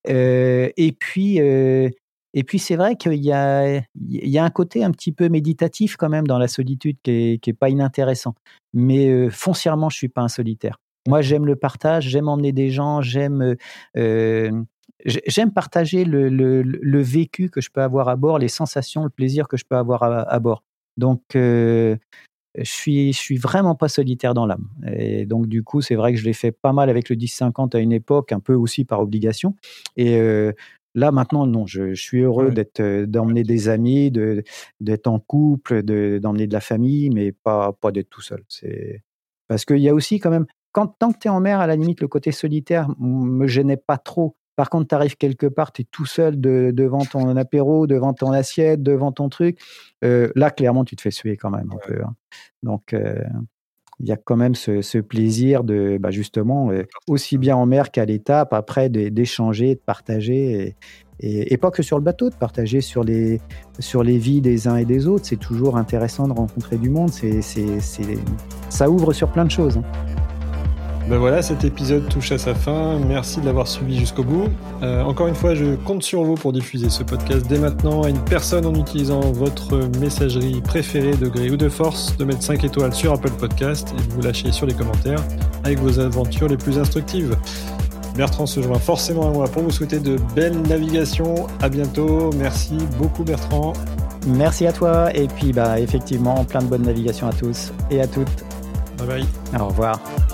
Euh, et puis, euh, et puis c'est vrai qu'il y a, il y a un côté un petit peu méditatif quand même dans la solitude qui est, qui est pas inintéressant. Mais euh, foncièrement, je suis pas un solitaire. Moi, j'aime le partage, j'aime emmener des gens, j'aime, euh, j'aime partager le, le, le vécu que je peux avoir à bord, les sensations, le plaisir que je peux avoir à, à bord. Donc, euh, je suis, je suis vraiment pas solitaire dans l'âme. Et donc, du coup, c'est vrai que je l'ai fait pas mal avec le dix cinquante à une époque, un peu aussi par obligation. Et euh, là, maintenant, non, je, je suis heureux Ouais. d'être, euh, d'emmener des amis, de, d'être en couple, de, d'emmener de la famille, mais pas, pas d'être tout seul. C'est... Parce qu'il y a aussi quand même, quand, tant que tu es en mer, à la limite, le côté solitaire me gênait pas trop. Par contre, tu arrives quelque part, tu es tout seul de, devant ton apéro, devant ton assiette, devant ton truc. Euh, là, clairement, tu te fais suer quand même un Ouais. peu. Hein. Donc, euh, il y a quand même ce, ce plaisir de, bah justement, euh, aussi bien en mer qu'à l'étape, après, de, d'échanger, de partager. Et, et, et pas que sur le bateau, de partager sur les, sur les vies des uns et des autres. C'est toujours intéressant de rencontrer du monde. C'est, c'est, c'est, ça ouvre sur plein de choses. Hein. Ben voilà, cet épisode touche à sa fin. Merci de l'avoir suivi jusqu'au bout. Euh, encore une fois, je compte sur vous pour diffuser ce podcast dès maintenant à une personne en utilisant votre messagerie préférée de gré ou de force, de mettre cinq étoiles sur Apple Podcast et de vous lâcher sur les commentaires avec vos aventures les plus instructives. Bertrand se joint forcément à moi pour vous souhaiter de belles navigations. À bientôt. Merci beaucoup Bertrand. Merci à toi. Et puis, bah, effectivement, plein de bonnes navigations à tous et à toutes. Bye bye. Au revoir.